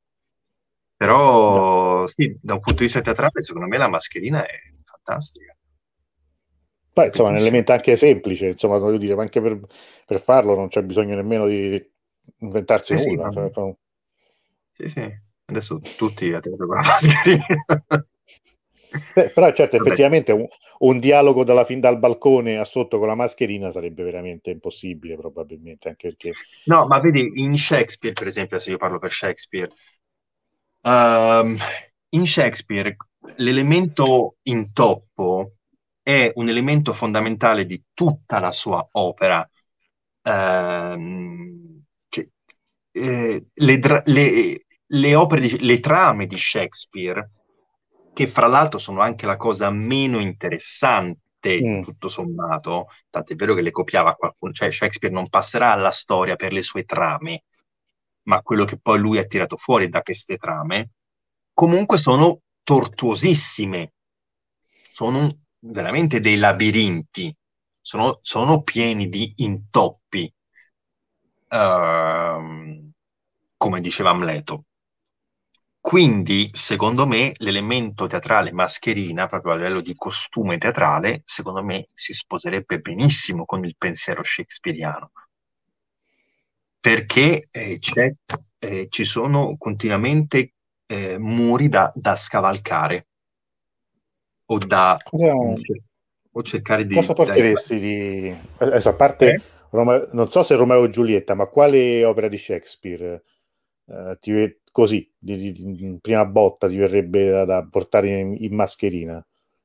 No. Però sì, da un punto di vista teatrale, secondo me la mascherina è fantastica, Poi, è insomma, è un bellissima. elemento anche semplice, insomma, voglio dire, ma anche per farlo non c'è bisogno nemmeno di inventarsi Sì, sì, nulla. Cioè, sì, sì. Adesso tutti a teatro con la mascherina. però certo, Vabbè. effettivamente un dialogo dal balcone a sotto con la mascherina sarebbe veramente impossibile, probabilmente, anche perché... No, ma vedi, in Shakespeare, per esempio, se io parlo per Shakespeare, ehm, in Shakespeare l'elemento intoppo è un elemento fondamentale di tutta la sua opera. Cioè, le trame di Shakespeare che fra l'altro sono anche la cosa meno interessante, Mm. tutto sommato, tant'è vero che le copiava qualcuno, cioè Shakespeare non passerà alla storia per le sue trame, ma quello che poi lui ha tirato fuori da queste trame, comunque sono tortuosissime, sono veramente dei labirinti, sono pieni di intoppi, ehm, come diceva Amleto. Quindi, secondo me, l'elemento teatrale mascherina, proprio a livello di costume teatrale, secondo me si sposerebbe benissimo con il pensiero shakespeariano, perché ci sono continuamente muri da scavalcare o da Cosa, o cercare cosa da porteresti di... Adesso, a parte, Eh? Non so se Romeo e Giulietta, ma quale opera di Shakespeare così, in prima botta, ti verrebbe da portare in mascherina?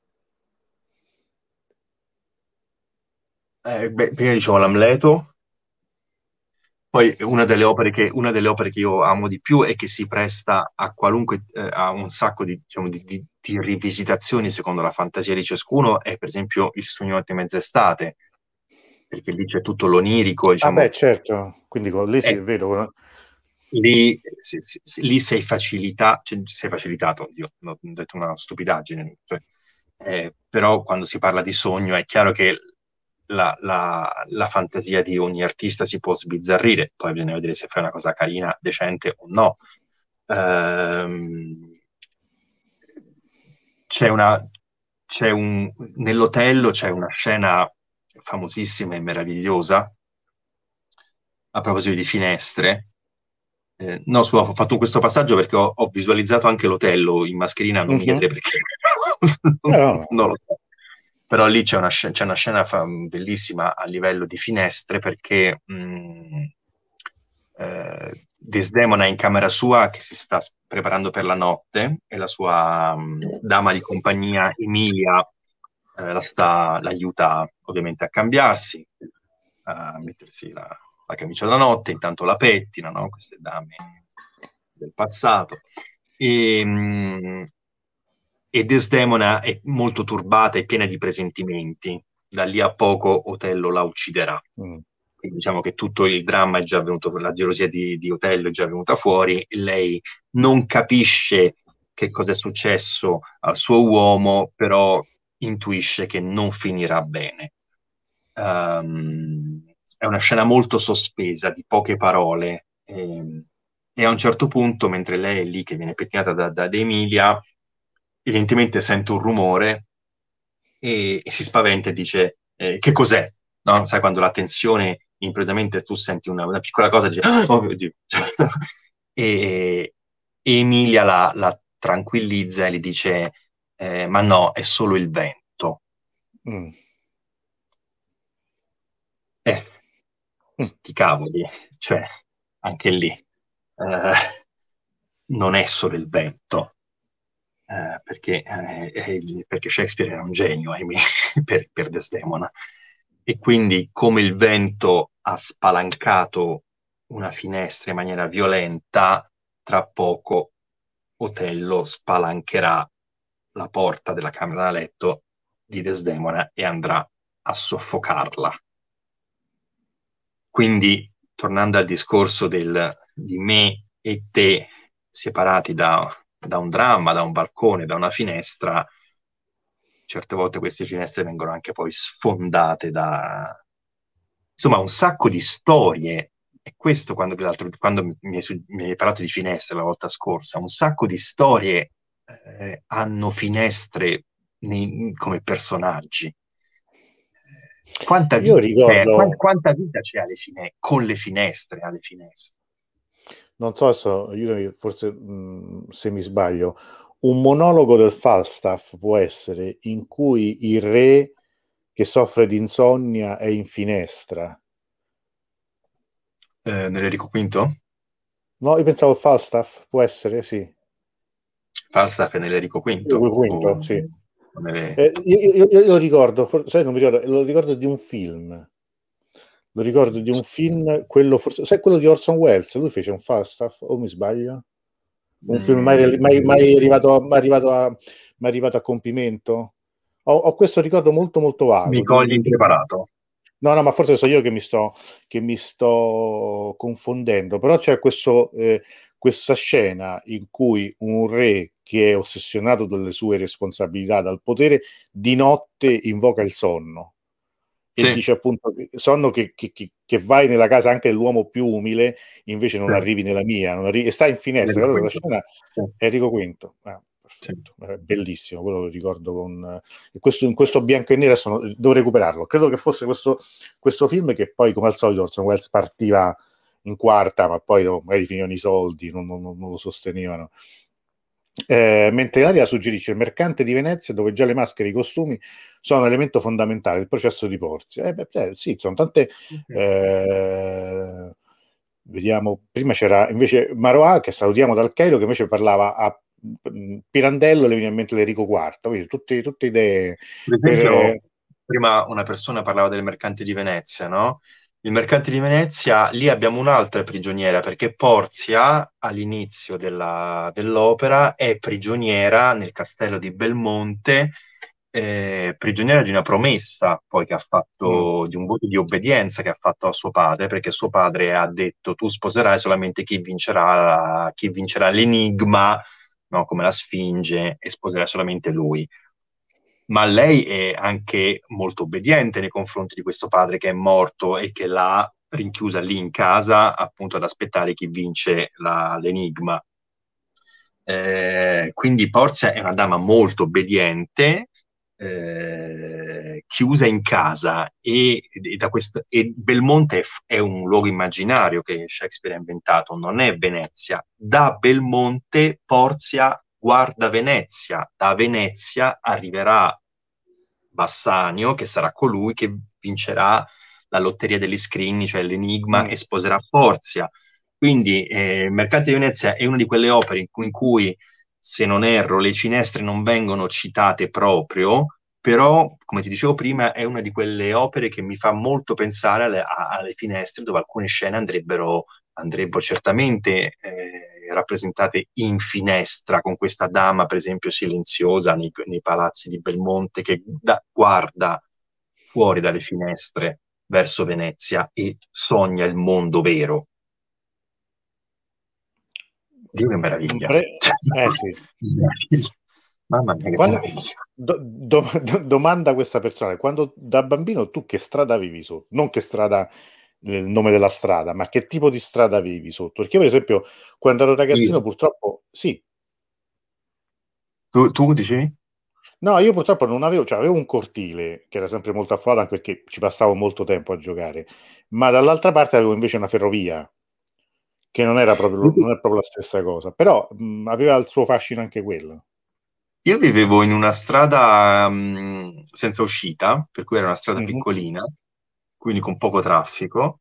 Beh, prima dicevo l'Amleto. Poi una delle opere che io amo di più e che si presta a qualunque, a un sacco di, diciamo, di rivisitazioni secondo la fantasia di ciascuno è per esempio Il Sogno di Mezz'estate, perché lì c'è tutto l'onirico, Ah beh, diciamo, certo, quindi lì sì, è è vero. lì, lì sei facilitato, oddio, ho detto una stupidaggine, cioè, però quando si parla di sogno è chiaro che la fantasia di ogni artista si può sbizzarrire, poi bisogna vedere se fai una cosa carina, decente o no. Ehm, c'è una, nell'Otello c'è una scena famosissima e meravigliosa a proposito di finestre. No, ho fatto questo passaggio perché ho visualizzato anche l'Otello in mascherina, non mi Mhm. chiedere perché, No, non no. lo so. Però lì c'è una scena bellissima a livello di finestre perché Desdemona è in camera sua che si sta preparando per la notte e la sua dama di compagnia Emilia l'aiuta ovviamente a cambiarsi, a mettersi la camicia da notte, intanto la pettina, no? Queste dame del passato. E, e Desdemona è molto turbata e piena di presentimenti. Da lì a poco Otello la ucciderà. Mm. Quindi diciamo che tutto il dramma è già venuto, la gelosia di Otello è già venuta fuori, e lei non capisce che cosa è successo al suo uomo, però intuisce che non finirà bene. È una scena molto sospesa, di poche parole, e a un certo punto, mentre lei è lì che viene pettinata da Emilia, evidentemente sente un rumore e si spaventa e dice che cos'è? No? Sai quando la tensione improvvisamente tu senti una piccola cosa e dici oh mio Dio. e, e Emilia la tranquillizza e gli dice ma no, è solo il vento. Mm. Eh, Mm. sti cavoli, cioè anche lì non è solo il vento, perché Shakespeare era un genio, ahimè, per Desdemona. E quindi come il vento ha spalancato una finestra in maniera violenta, tra poco Otello spalancherà la porta della camera da letto di Desdemona e andrà a soffocarla. Quindi, tornando al discorso di me e te separati da un dramma, da un balcone, da una finestra, certe volte queste finestre vengono anche poi sfondate da, insomma, un sacco di storie. E questo quando mi hai parlato di finestre la volta scorsa, un sacco di storie hanno finestre come personaggi. Quanta Io vita c'è, ricordo, quanta vita c'è con le finestre, alle finestre. non so adesso, forse se mi sbaglio, un monologo del Falstaff può essere in cui il re che soffre di insonnia è in finestra. Nell'Enrico V? No, io pensavo Falstaff, può essere, sì. Falstaff è nell'Enrico V? Quinto, sì. O nelle... Io lo ricordo, sai, non mi ricordo, lo ricordo di un film. Lo ricordo di un film, quello forse, sai quello di Orson Welles, lui fece un Falstaff, o mi sbaglio? Un film mai arrivato a compimento? Ho questo ricordo molto molto vago Mi cogli impreparato. No, no, ma forse so io che mi sto confondendo, però c'è questa scena in cui un re che è ossessionato dalle sue responsabilità, dal potere, di notte invoca il sonno e Sì, dice appunto sonno che vai nella casa anche dell'uomo più umile, invece non sì, arrivi nella mia, e sta in finestra. Enrico Allora la Quinto. scena Sì, Enrico Quinto. Ah, sì. perfetto, bellissimo, quello lo ricordo in questo bianco e nero. Devo recuperarlo. Credo che fosse questo film che poi, come al solito, Orson Welles partiva in quarta, ma poi magari finivano i soldi, non lo sostenevano. Mentre Ilaria suggerisce il mercante di Venezia, dove già le maschere e i costumi sono un elemento fondamentale del processo di Porzia. Sì, sono tante. Vediamo, prima c'era invece Maroà, che salutiamo dal Cairo, che invece parlava a Pirandello, le viene in mente l'Enrico IV. Quindi tutte idee Per per. esempio, prima una persona parlava del mercante di Venezia, no? Il mercante di Venezia, lì abbiamo un'altra prigioniera, perché Porzia, all'inizio dell'opera, è prigioniera nel castello di Belmonte, prigioniera di una promessa, poi che ha Mm, fatto, di un voto di obbedienza che ha fatto a suo padre, perché suo padre ha detto: tu sposerai solamente chi vincerà l'enigma, no, come la Sfinge, e sposerai solamente lui. Ma lei è anche molto obbediente nei confronti di questo padre che è morto e che l'ha rinchiusa lì in casa appunto ad aspettare chi vince l'enigma. Quindi Porzia è una dama molto obbediente, chiusa in casa, e Belmonte è un luogo immaginario che Shakespeare ha inventato, non è Venezia. Da Belmonte Porzia guarda Venezia, da Venezia arriverà Bassanio, che sarà colui che vincerà la lotteria degli scrigni, cioè l'enigma, e mm. sposerà Porzia. Quindi il Mercante di Venezia è una di quelle opere in cui, se non erro, le finestre non vengono citate proprio, però, come ti dicevo prima, è una di quelle opere che mi fa molto pensare alle finestre, dove alcune scene andrebbero certamente rappresentate in finestra, con questa dama, per esempio, silenziosa nei palazzi di Belmonte, che guarda fuori dalle finestre verso Venezia e sogna il mondo vero. Dio, che meraviglia! Sì. Meraviglia. Mamma mia, che Quando- meraviglia! domanda a questa persona, quando da bambino tu che strada vivi sotto? Non che strada, il nome della strada, ma che tipo di strada vivi sotto? Perché io, per esempio, quando ero ragazzino, Io. purtroppo, sì, Tu dicevi? no, io purtroppo non avevo, cioè avevo un cortile che era sempre molto affollato, anche perché ci passavo molto tempo a giocare, ma dall'altra parte avevo invece una ferrovia, che non è proprio la stessa cosa, però aveva il suo fascino anche quello. Io vivevo in una strada senza uscita, per cui era una strada Mhm. piccolina, quindi con poco traffico,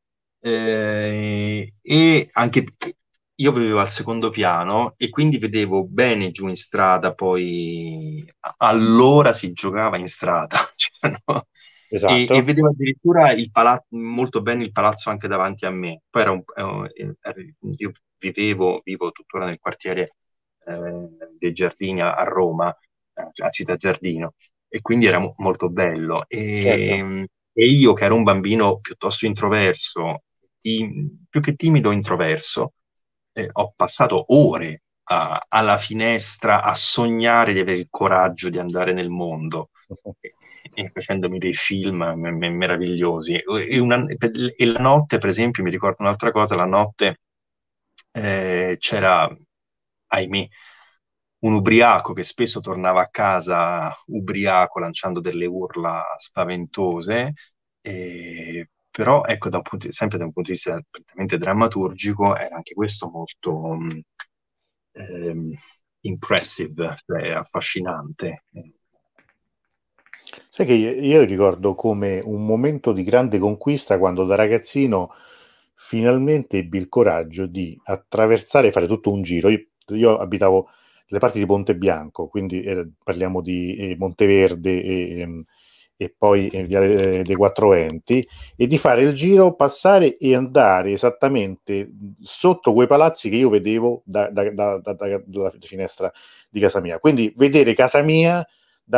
e anche io vivevo al secondo piano e quindi vedevo bene giù in strada, poi allora si giocava in strada, c'erano- e Esatto. vedevo addirittura molto bene il palazzo anche davanti a me. Poi io vivo tuttora nel quartiere dei Giardini a Roma, a Città Giardino, e quindi era molto bello. Certo. E io, che ero un bambino piuttosto introverso, più che timido, introverso, ho passato ore alla finestra a sognare di avere il coraggio di andare nel mondo, e facendomi dei film meravigliosi. E la notte, per esempio, mi ricordo un'altra cosa: la notte c'era, ahimè, un ubriaco che spesso tornava a casa ubriaco, lanciando delle urla spaventose, però ecco, sempre da un punto di vista prettamente drammaturgico, era anche questo molto ehm, impressive, cioè affascinante. Sai che io ricordo come un momento di grande conquista quando da ragazzino finalmente ebbi il coraggio di attraversare, fare tutto un giro. Io abitavo le parti di Ponte Bianco, quindi parliamo di Monteverde e poi Viale dei Quattro Enti, e di fare il giro, passare e andare esattamente sotto quei palazzi che io vedevo dalla finestra di casa mia. Quindi vedere casa mia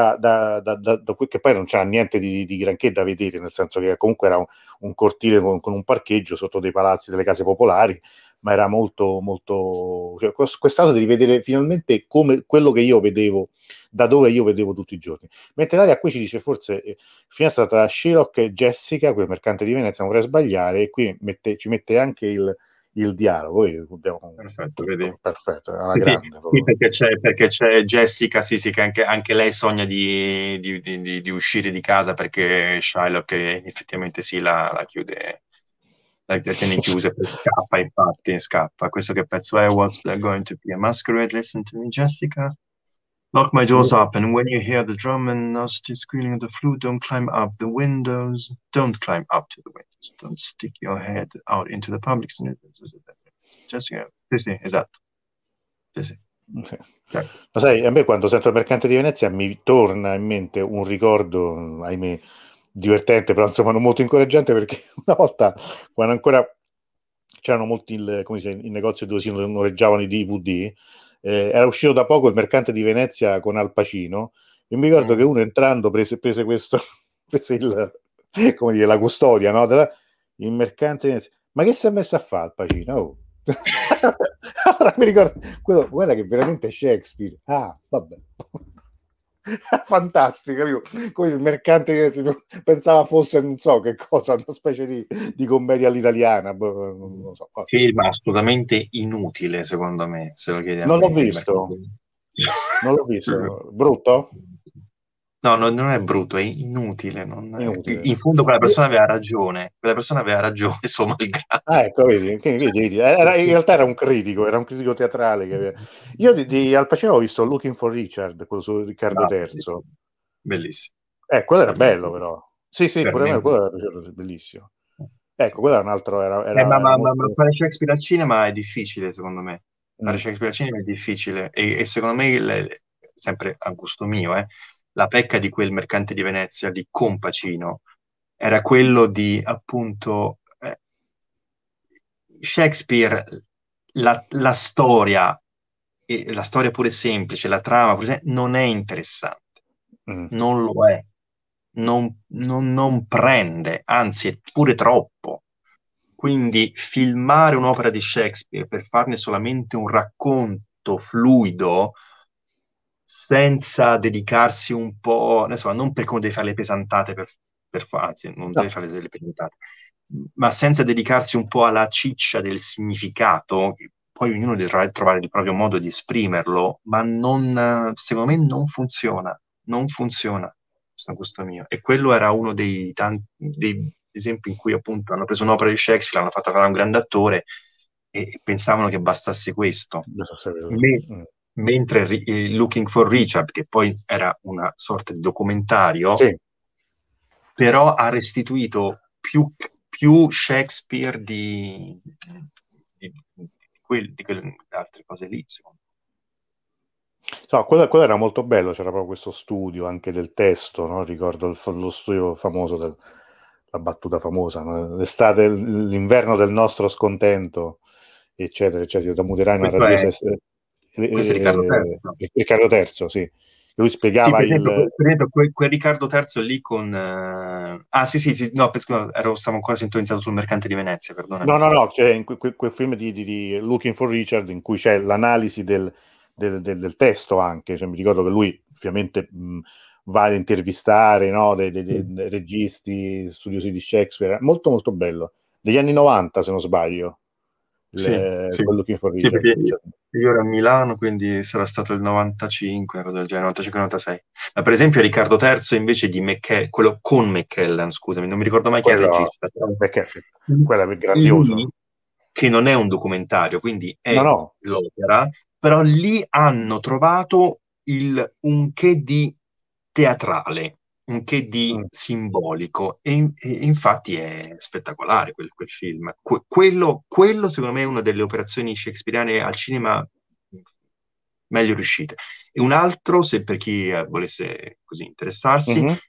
che poi non c'era niente di granché da vedere, nel senso che comunque era un cortile con un parcheggio sotto dei palazzi, delle case popolari, ma era molto, molto... Cioè, quest'altro di vedere finalmente come quello che io vedevo, da dove io vedevo tutti i giorni. Mentre l'aria qui ci dice forse finestra tra Sherlock e Jessica, quel mercante di Venezia, non vorrei sbagliare, e qui ci mette anche il dialogo. Poi abbiamo Perfetto, vedi? tutto perfetto, alla Sì, sì, grande sì, proprio. perché c'è Jessica, sì, sì, che anche lei sogna di uscire di casa perché Shylock effettivamente sì, la chiude, la tiene chiusa, poi scappa, infatti, scappa. Questo che pezzo è? What's there going to be a masquerade? Listen to me, Jessica. Lock my doors up, and when you hear the drum and nasty squealing of the flute, don't climb up the windows. Don't climb up to the windows. Don't stick your head out into the public. Jessica, sì, sì, esatto. Sì, sì. Sì. Certo. Ma sai, a me quando sento il mercante di Venezia mi torna in mente un ricordo, ahimè, divertente, però insomma non molto incoraggiante, perché una volta, quando ancora c'erano molti come si dice, i negozi dove si noleggiavano i DVD, era uscito da poco il mercante di Venezia con Al Pacino, e mi ricordo che Mm. uno entrando prese questo, prese come dire, la custodia, no? Il mercante di Venezia. Ma che si è messo a fare Al Pacino? Oh. Allora mi ricordo, guarda che veramente è Shakespeare. Ah, vabbè. Fantastico, capito? Come il mercante pensava fosse non so che cosa, una specie di commedia all'italiana, non lo so. Film assolutamente inutile, secondo me, se lo chiedi a Non l'ho me, il mercato. visto, non l'ho visto. Brutto? No, non è brutto, è inutile. Inutile. In fondo quella persona aveva ragione, suo malgrado. Ah, ecco, vedi, vedi. In realtà era un critico teatrale. Io di Al Pacino ho visto Looking for Richard, quello su Riccardo Ah, III. bellissimo. Bellissimo. Quello era Per me, bello, però. Sì, sì, per pure a me, me, quello era piaciuto, bellissimo. sì. Ecco, quello era un altro, era Ma molto... fare Shakespeare al cinema è difficile, secondo me. Fare Mm. Shakespeare al cinema è difficile e secondo me, sempre a gusto mio, la pecca di quel mercante di Venezia di Compacino era quello di appunto Shakespeare, la storia, e la storia pure semplice, la trama non è interessante, Mm. non lo è, non prende, anzi è pure troppo. Quindi filmare un'opera di Shakespeare per farne solamente un racconto fluido, senza dedicarsi un po', insomma, non per come devi fare le pesantate, anzi, non devi No, fare delle pesantate, ma senza dedicarsi un po' alla ciccia del significato, che poi ognuno dovrà trovare il proprio modo di esprimerlo, ma secondo me non funziona, non funziona, questo è un gusto mio. E quello era uno dei tanti dei esempi in cui appunto hanno preso un'opera di Shakespeare, l'hanno fatta fare a un grande attore e pensavano che bastasse questo. adesso sapevo. Me- Mm. Mentre Looking for Richard, che poi era una sorta di documentario, Sì. però ha restituito più Shakespeare di quelle altre cose lì, secondo So, quello era molto bello, c'era proprio questo studio anche del testo, no? Ricordo lo studio famoso, la battuta famosa, no? L'estate, l'inverno del nostro scontento, eccetera, eccetera, da me. muterai una radiosa... Questo è Riccardo III. Riccardo III, sì. Lui Sì, spiegava per esempio, il... quel Riccardo III lì con... Ah, sì, sì, sì, no, scusa, stavo ancora sintonizzato sul Mercante di Venezia, No, perdonami. no, no, c'è in quel film di Looking for Richard in cui c'è l'analisi del testo anche, cioè, mi ricordo che lui ovviamente va ad intervistare, no, dei registi, studiosi di Shakespeare, molto molto bello, degli anni 90 se non sbaglio, Sì, sì, quel Looking for sì, perché Richard. Cioè, io ero a Milano, quindi sarà stato il 95, ero del genere, 95-96. Ma per esempio Riccardo III invece di quello con McKellen, scusami, non mi ricordo mai chi è il quello, regista, però perché quello è lì, grandioso. che non è un documentario, quindi No, è no. l'opera, però lì hanno trovato un che di teatrale, un che di Mm. simbolico, e infatti è spettacolare quel film. Quello, secondo me, è una delle operazioni shakespeariane al cinema meglio riuscite. E un altro, se per chi volesse così interessarsi, Mhm.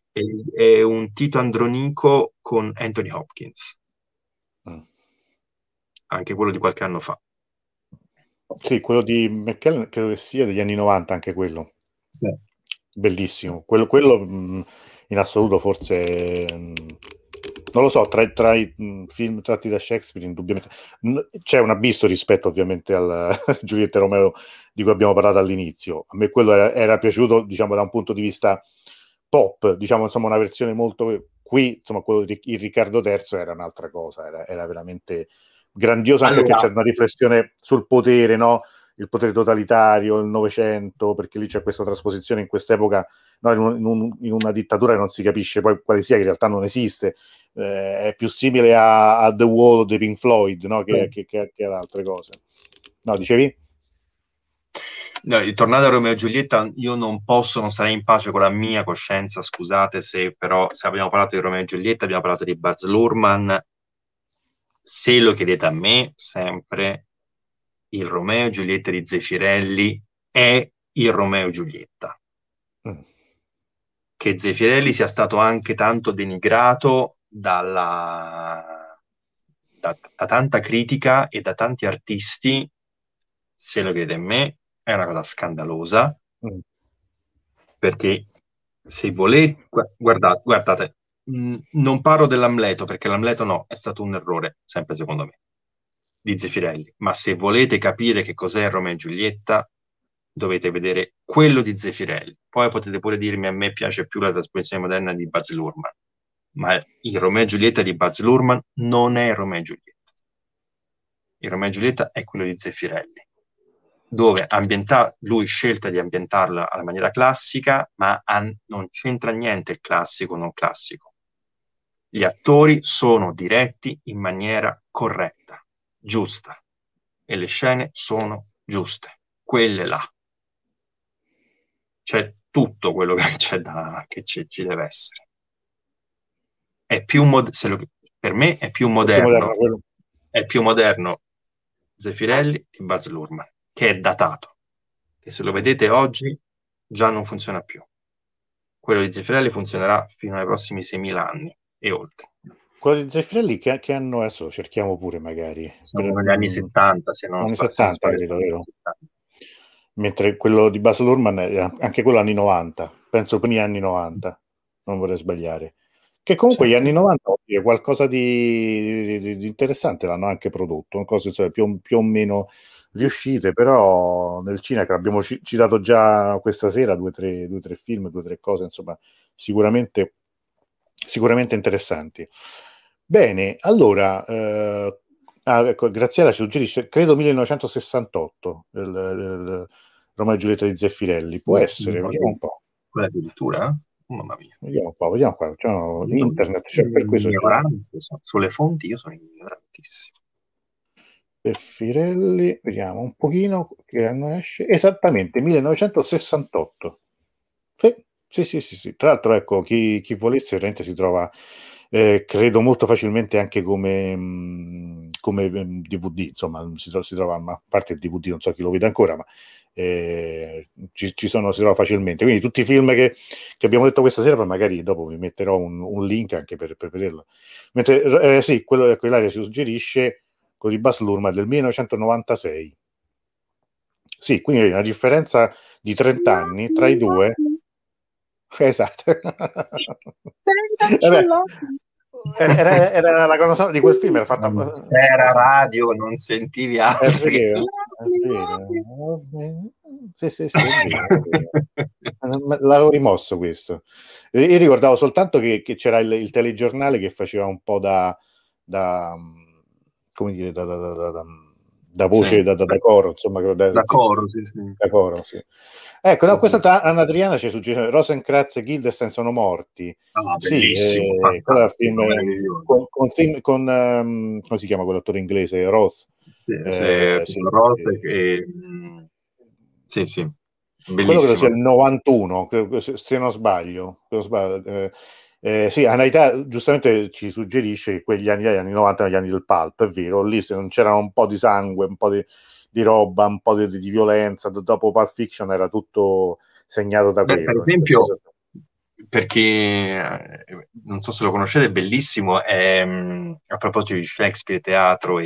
è un Tito Andronico con Anthony Hopkins, Mm. anche quello di qualche anno fa. Sì, quello di McKellen credo che sia degli anni 90 anche quello. Sì. Bellissimo. Quello, in assoluto forse, non lo so, tra i film tratti da Shakespeare, indubbiamente c'è un abisso rispetto ovviamente al Giulietta Romeo di cui abbiamo parlato all'inizio. A me quello era piaciuto, diciamo, da un punto di vista pop, diciamo, insomma, una versione molto... Qui, insomma, quello di il Riccardo III era un'altra cosa, era veramente grandioso anche perché Allora, c'è una riflessione sul potere, no? Il potere totalitario, il Novecento, perché lì c'è questa trasposizione in quest'epoca, no? In una dittatura che non si capisce poi quale sia, che in realtà non esiste, è più simile a The Wall dei Pink Floyd, no? Che ad altre cose. No, dicevi? no, tornando a Romeo e Giulietta, io non posso non stare in pace con la mia coscienza, scusate se però se abbiamo parlato di Romeo e Giulietta, abbiamo parlato di Baz Luhrmann, se lo chiedete a me, sempre il Romeo e Giulietta di Zeffirelli è il Romeo e Giulietta. Mm. Che Zeffirelli sia stato anche tanto denigrato da tanta critica e da tanti artisti, se lo chiede a me, è una cosa scandalosa, Mm. perché se volete, guardate, non parlo dell'Amleto, perché l'Amleto no, è stato un errore, sempre secondo me, di Zeffirelli, ma se volete capire che cos'è Romeo e Giulietta, dovete vedere quello di Zeffirelli. Poi potete pure dirmi a me piace più la trasposizione moderna di Baz Luhrmann, ma il Romeo e Giulietta di Baz Luhrmann non è Romeo e Giulietta. Il Romeo e Giulietta è quello di Zeffirelli, dove lui scelta di ambientarla alla maniera classica, ma non c'entra niente il classico o non classico. Gli attori sono diretti in maniera corretta, giusta, e le scene sono giuste, quelle là. C'è tutto quello che ci deve essere. È più per me Più moderno quello. è più moderno Zeffirelli di Baz Luhrmann, che è datato, che se lo Mm. vedete oggi già non funziona più. Quello di Zeffirelli funzionerà fino ai prossimi 6.000 anni e oltre. Quello di Zeffirelli che anno è? Adesso lo cerchiamo pure magari. Siamo negli anni 70, Anni se non 70 sbaglio, credo, siamo negli anni vero? 70. Mentre quello di Baz Luhrmann è anche quello anni 90, penso primi anni 90, non vorrei sbagliare. Che comunque Sì. gli anni 90 qualcosa di interessante l'hanno anche prodotto, cose insomma, più o meno riuscite, però nel cinema che abbiamo citato già questa sera, due o tre film, due o tre cose, insomma, sicuramente, sicuramente interessanti. Bene, allora, ecco, Graziella ci suggerisce, credo 1968, il Romeo e Giulietta di Zeffirelli. Può essere, vediamo un po'. Quella addirittura? Oh, mamma mia. Vediamo un po', vediamo qua. C'è Io internet, sono cioè, per questo c'è ignorante, sulle fonti io sono ignorantissimo. Zeffirelli, vediamo un pochino che anno esce. Esattamente, 1968. Sì, sì, sì, sì, sì. Tra l'altro, ecco, chi volesse veramente si trova, credo molto facilmente anche come DVD, insomma, si trova, ma a parte il DVD, non so chi lo vede ancora, ma si trova facilmente. Quindi tutti i film che abbiamo detto questa sera, poi magari dopo vi metterò un link anche per vederlo. Mentre, sì, quello che Ilaria ci suggerisce, con i Baz Luhrmann del 1996. Sì, quindi una differenza di 30 anni tra i due. Esatto. Vabbè, era la colonna sonora di quel film, era fatta... Non c'era radio, non sentivi È altro che... vero, è vero. Sì, sì, sì, è vero, è vero. L'avevo rimosso questo. Io ricordavo soltanto che c'era il telegiornale che faceva un po' da come dire, da voce, Sì, da coro, insomma, da coro, sì, sì. da coro, sì. Ecco, no, questa Mhm. Anna Adriana ci suggerisce Rosencrantz e Guildenstern sono morti. Ah, Sì, bellissimo, quello è il film fantastico, meraviglioso. come si chiama quell'attore inglese? Roth. Sì, se Sì, con Roth sì, sì, quello credo sia bellissimo. il 91, se non sbaglio. Se non sbaglio, sì, Anaita giustamente ci suggerisce che quegli anni, gli anni 90 erano gli anni del pulp, è vero, lì se non c'era un po' di sangue, un po' di roba, un po' di violenza, dopo Pulp Fiction era tutto segnato da Beh, per quello. esempio, perché non so se lo conoscete, è bellissimo, a proposito di Shakespeare, teatro,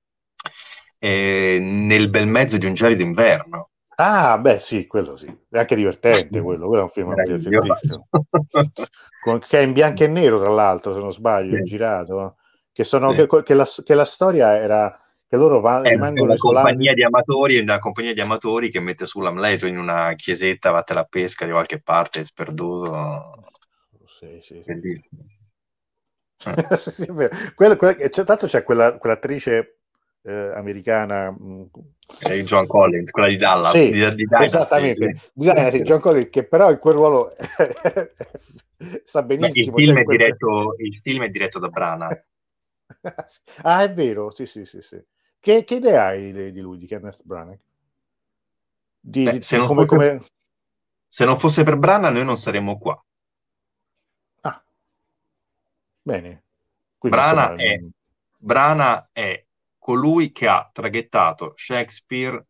è nel bel mezzo di un gelido inverno. Ah, beh, sì, quello sì. È anche divertente quello è un film Meraviglioso. divertentissimo. Che è in bianco e nero, tra l'altro, se non Sì, sbaglio, girato. Che, sono, sì. che la storia era che loro È rimangono isolati. una compagnia di amatori che mette su l'Amleto in una chiesetta, vattene a pesca di qualche parte, sperduto. Sì, sì, sì. Bellissimo. Sì, sì, è vero. Tanto c'è quell'attrice americana. E John Collins, quella di Dallas, Sì, di Dynasty. Sì. esattamente. Sì, John Collins, che però in quel ruolo sta Beh, benissimo. Cioè il film è diretto da Branagh. Ah, è vero, sì, sì, sì, sì. Che idea hai di lui, di Kenneth Branagh? Beh, Di come, come... se non fosse per Branagh noi non saremmo qua. Ah, bene. Quindi, Brana insomma... è, Brana è colui che ha traghettato Shakespeare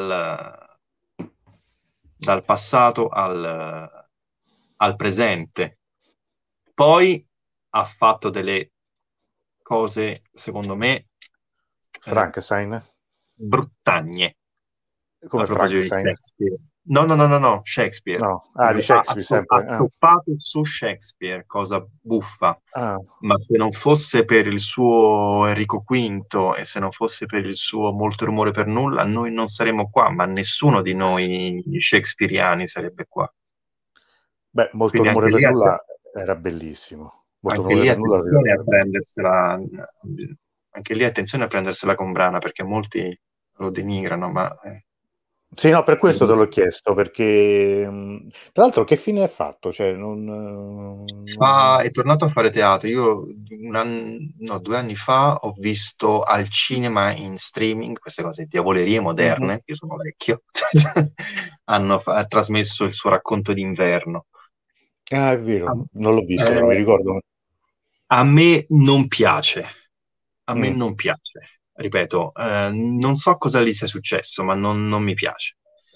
dal passato al presente. Poi ha fatto delle cose, secondo me, eh, Frankenstein? bruttagne a Come proposito di Frankenstein? Shakespeare. No, no, no, no, no, Shakespeare. No. Ah, di Shakespeare, sempre. Ha Ah, toppato su Shakespeare, cosa buffa. ah. Ma se non fosse per il suo Enrico V e se non fosse per il suo Molto rumore per nulla, noi non saremmo qua, ma nessuno di noi shakespeariani sarebbe qua. Beh, molto Quindi rumore per nulla era bellissimo. Molto anche rumore lì per nulla attenzione a era bello. prendersela, anche lì attenzione a prendersela con Brana perché molti lo denigrano, ma Sì, no, per questo te l'ho chiesto, perché tra l'altro che fine ha fatto? Cioè, È tornato a fare teatro. Io no, 2 anni fa ho visto al cinema in streaming queste cose, diavolerie Mhm. moderne, io sono vecchio, ha trasmesso il suo racconto d'inverno. Ah, è A, vero, non l'ho visto, però mi eh, ricordo. a me non piace, a me Mm. non piace, ripeto, non so cosa gli sia successo, ma non mi piace.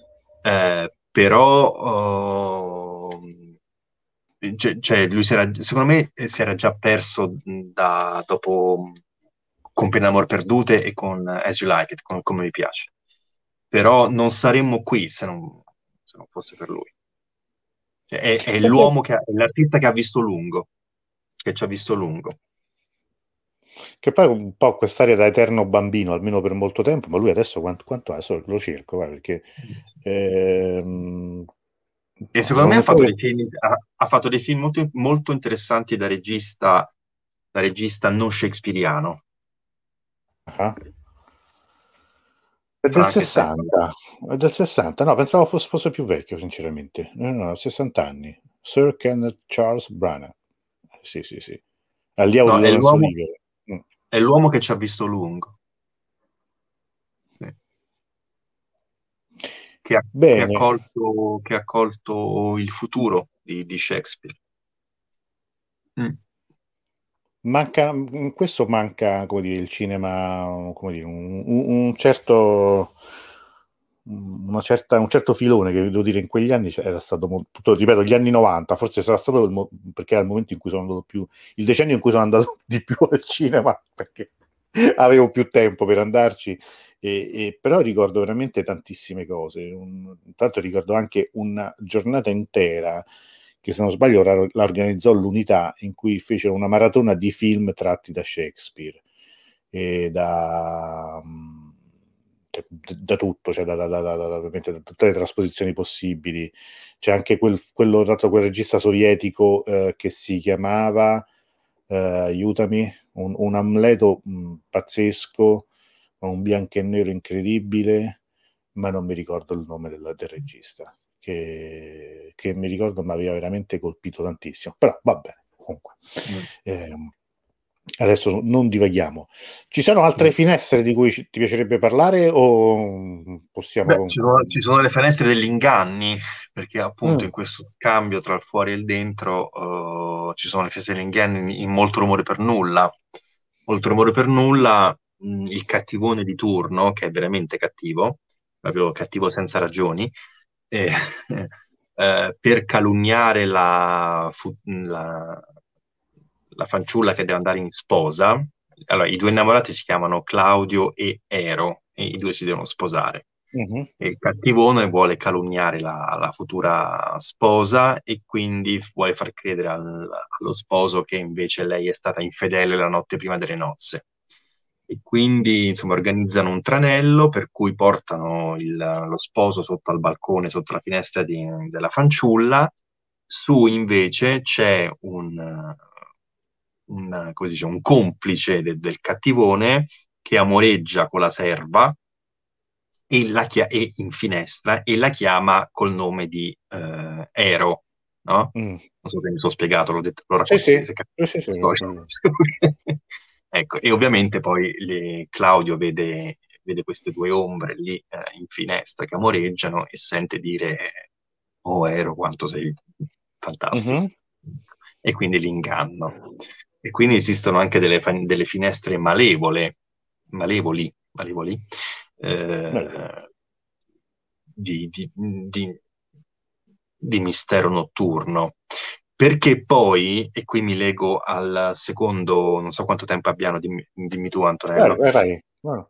Però cioè, lui secondo me si era già perso dopo con Pena Amor Perdute e con As You Like It, con Come mi piace. Però non saremmo qui se non fosse per lui. Cioè, è Perché, è l'artista che ha visto lungo, che ci ha visto lungo. che poi un po' quest'aria da eterno bambino, almeno per molto tempo, ma lui adesso quanto ha? Adesso lo cerco, guarda, perché ehm, E no, secondo sono me ancora... ha fatto dei film molto, molto interessanti da regista non shakespeariano. Ah. È del Frankenstein. 60, è del 60, no, pensavo fosse più vecchio, sinceramente. No, no, 60 anni. Sir Kenneth Charles Branagh. Sì, sì, sì. Allievo di No, Lorenzo Olivier. Mm. è l'uomo che ci ha visto lungo. Sì. Bene, Che ha colto il futuro di Shakespeare. Mm. in questo manca, come dire, il cinema, come dire, un certo, un certo filone che devo dire in quegli anni era stato molto, ripeto, gli anni 90, forse sarà stato perché era il momento in cui sono andato più, il decennio in cui sono andato di più al cinema, perché avevo più tempo per andarci, però ricordo veramente tantissime cose. Intanto ricordo anche una giornata intera che, se non sbaglio, la organizzò l'Unità, in cui fecero una maratona di film tratti da Shakespeare e da tutto, cioè veramente da tutte le trasposizioni possibili. C'è anche quello tratto quel regista sovietico che si chiamava aiutami, un Amleto pazzesco, con un bianco e nero incredibile, ma non mi ricordo il nome del regista, che mi ricordo mi aveva veramente colpito tantissimo. Però va bene, comunque. Mm. Ehm, Adesso non divaghiamo. Ci sono altre Mm. finestre di cui ti piacerebbe parlare o possiamo... Beh, ci sono le finestre degli inganni, perché appunto Mm, in questo scambio tra il fuori e il dentro ci sono le finestre degli inganni in Molto rumore per nulla. Molto rumore per nulla, il cattivone di turno, che è veramente cattivo, proprio cattivo senza ragioni, eh, per calunniare la fanciulla che deve andare in sposa. Allora, i due innamorati si chiamano Claudio e Ero, e i due si devono sposare. Mhm. E il cattivone vuole calunniare la futura sposa e quindi vuole far credere allo sposo che invece lei è stata infedele la notte prima delle nozze. E quindi, insomma, organizzano un tranello per cui portano lo sposo sotto al balcone, sotto la finestra della fanciulla. Su invece c'è come si dice, un complice del cattivone che amoreggia con la serva e in finestra e la chiama col nome di Ero, no? Mm. Non so se mi sono spiegato, l'ho detto, l'ho Sì, raccontato, sì, se sì, sì, sì, la storia. Ecco, e ovviamente poi Claudio vede queste due ombre lì in finestra che amoreggiano e sente dire, oh Ero, quanto sei fantastico. Mhm. E quindi li ingannano. E quindi esistono anche delle finestre malevoli, Bello. eh, di mistero notturno. Perché poi, e qui mi lego al secondo, non so quanto tempo abbiamo, dimmi tu Vai, Antonello, vai, vai. No.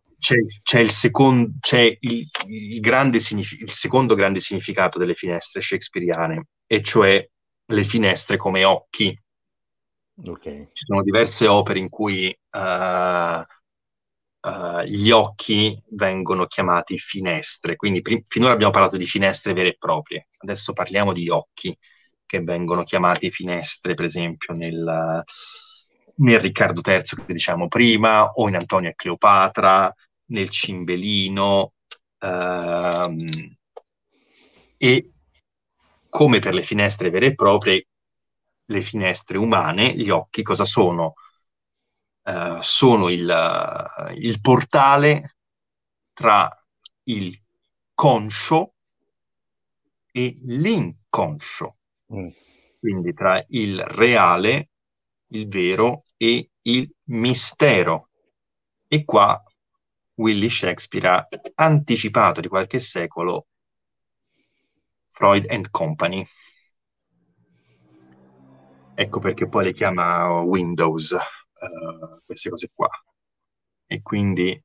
il secondo grande significato delle finestre shakespeariane, e cioè le finestre come occhi. Ok. Ci sono diverse opere in cui gli occhi vengono chiamati finestre, quindi finora abbiamo parlato di finestre vere e proprie, adesso parliamo di occhi che vengono chiamati finestre, per esempio nel Riccardo III che diciamo prima, o in Antonio e Cleopatra, nel Cimbelino, ehm, e come per le finestre vere e proprie, le finestre umane, gli occhi cosa sono? Sono il portale tra il conscio e l'inconscio, Mm. quindi tra il reale, il vero e il mistero. E qua Willy Shakespeare ha anticipato di qualche secolo Freud and Company. Ecco perché poi le chiama Windows, queste cose qua. E quindi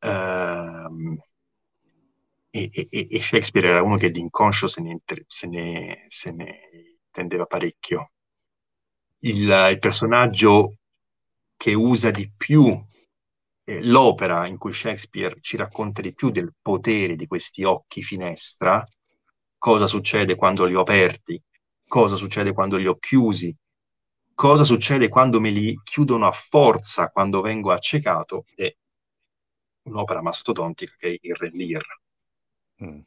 e Shakespeare era uno che di inconscio se ne intendeva parecchio. Il personaggio che usa di più, l'opera in cui Shakespeare ci racconta di più del potere di questi occhi finestra, cosa succede quando li ho aperti, cosa succede quando li ho chiusi, cosa succede quando me li chiudono a forza, quando vengo accecato, è un'opera mastodontica che è il Re Lear, Mm.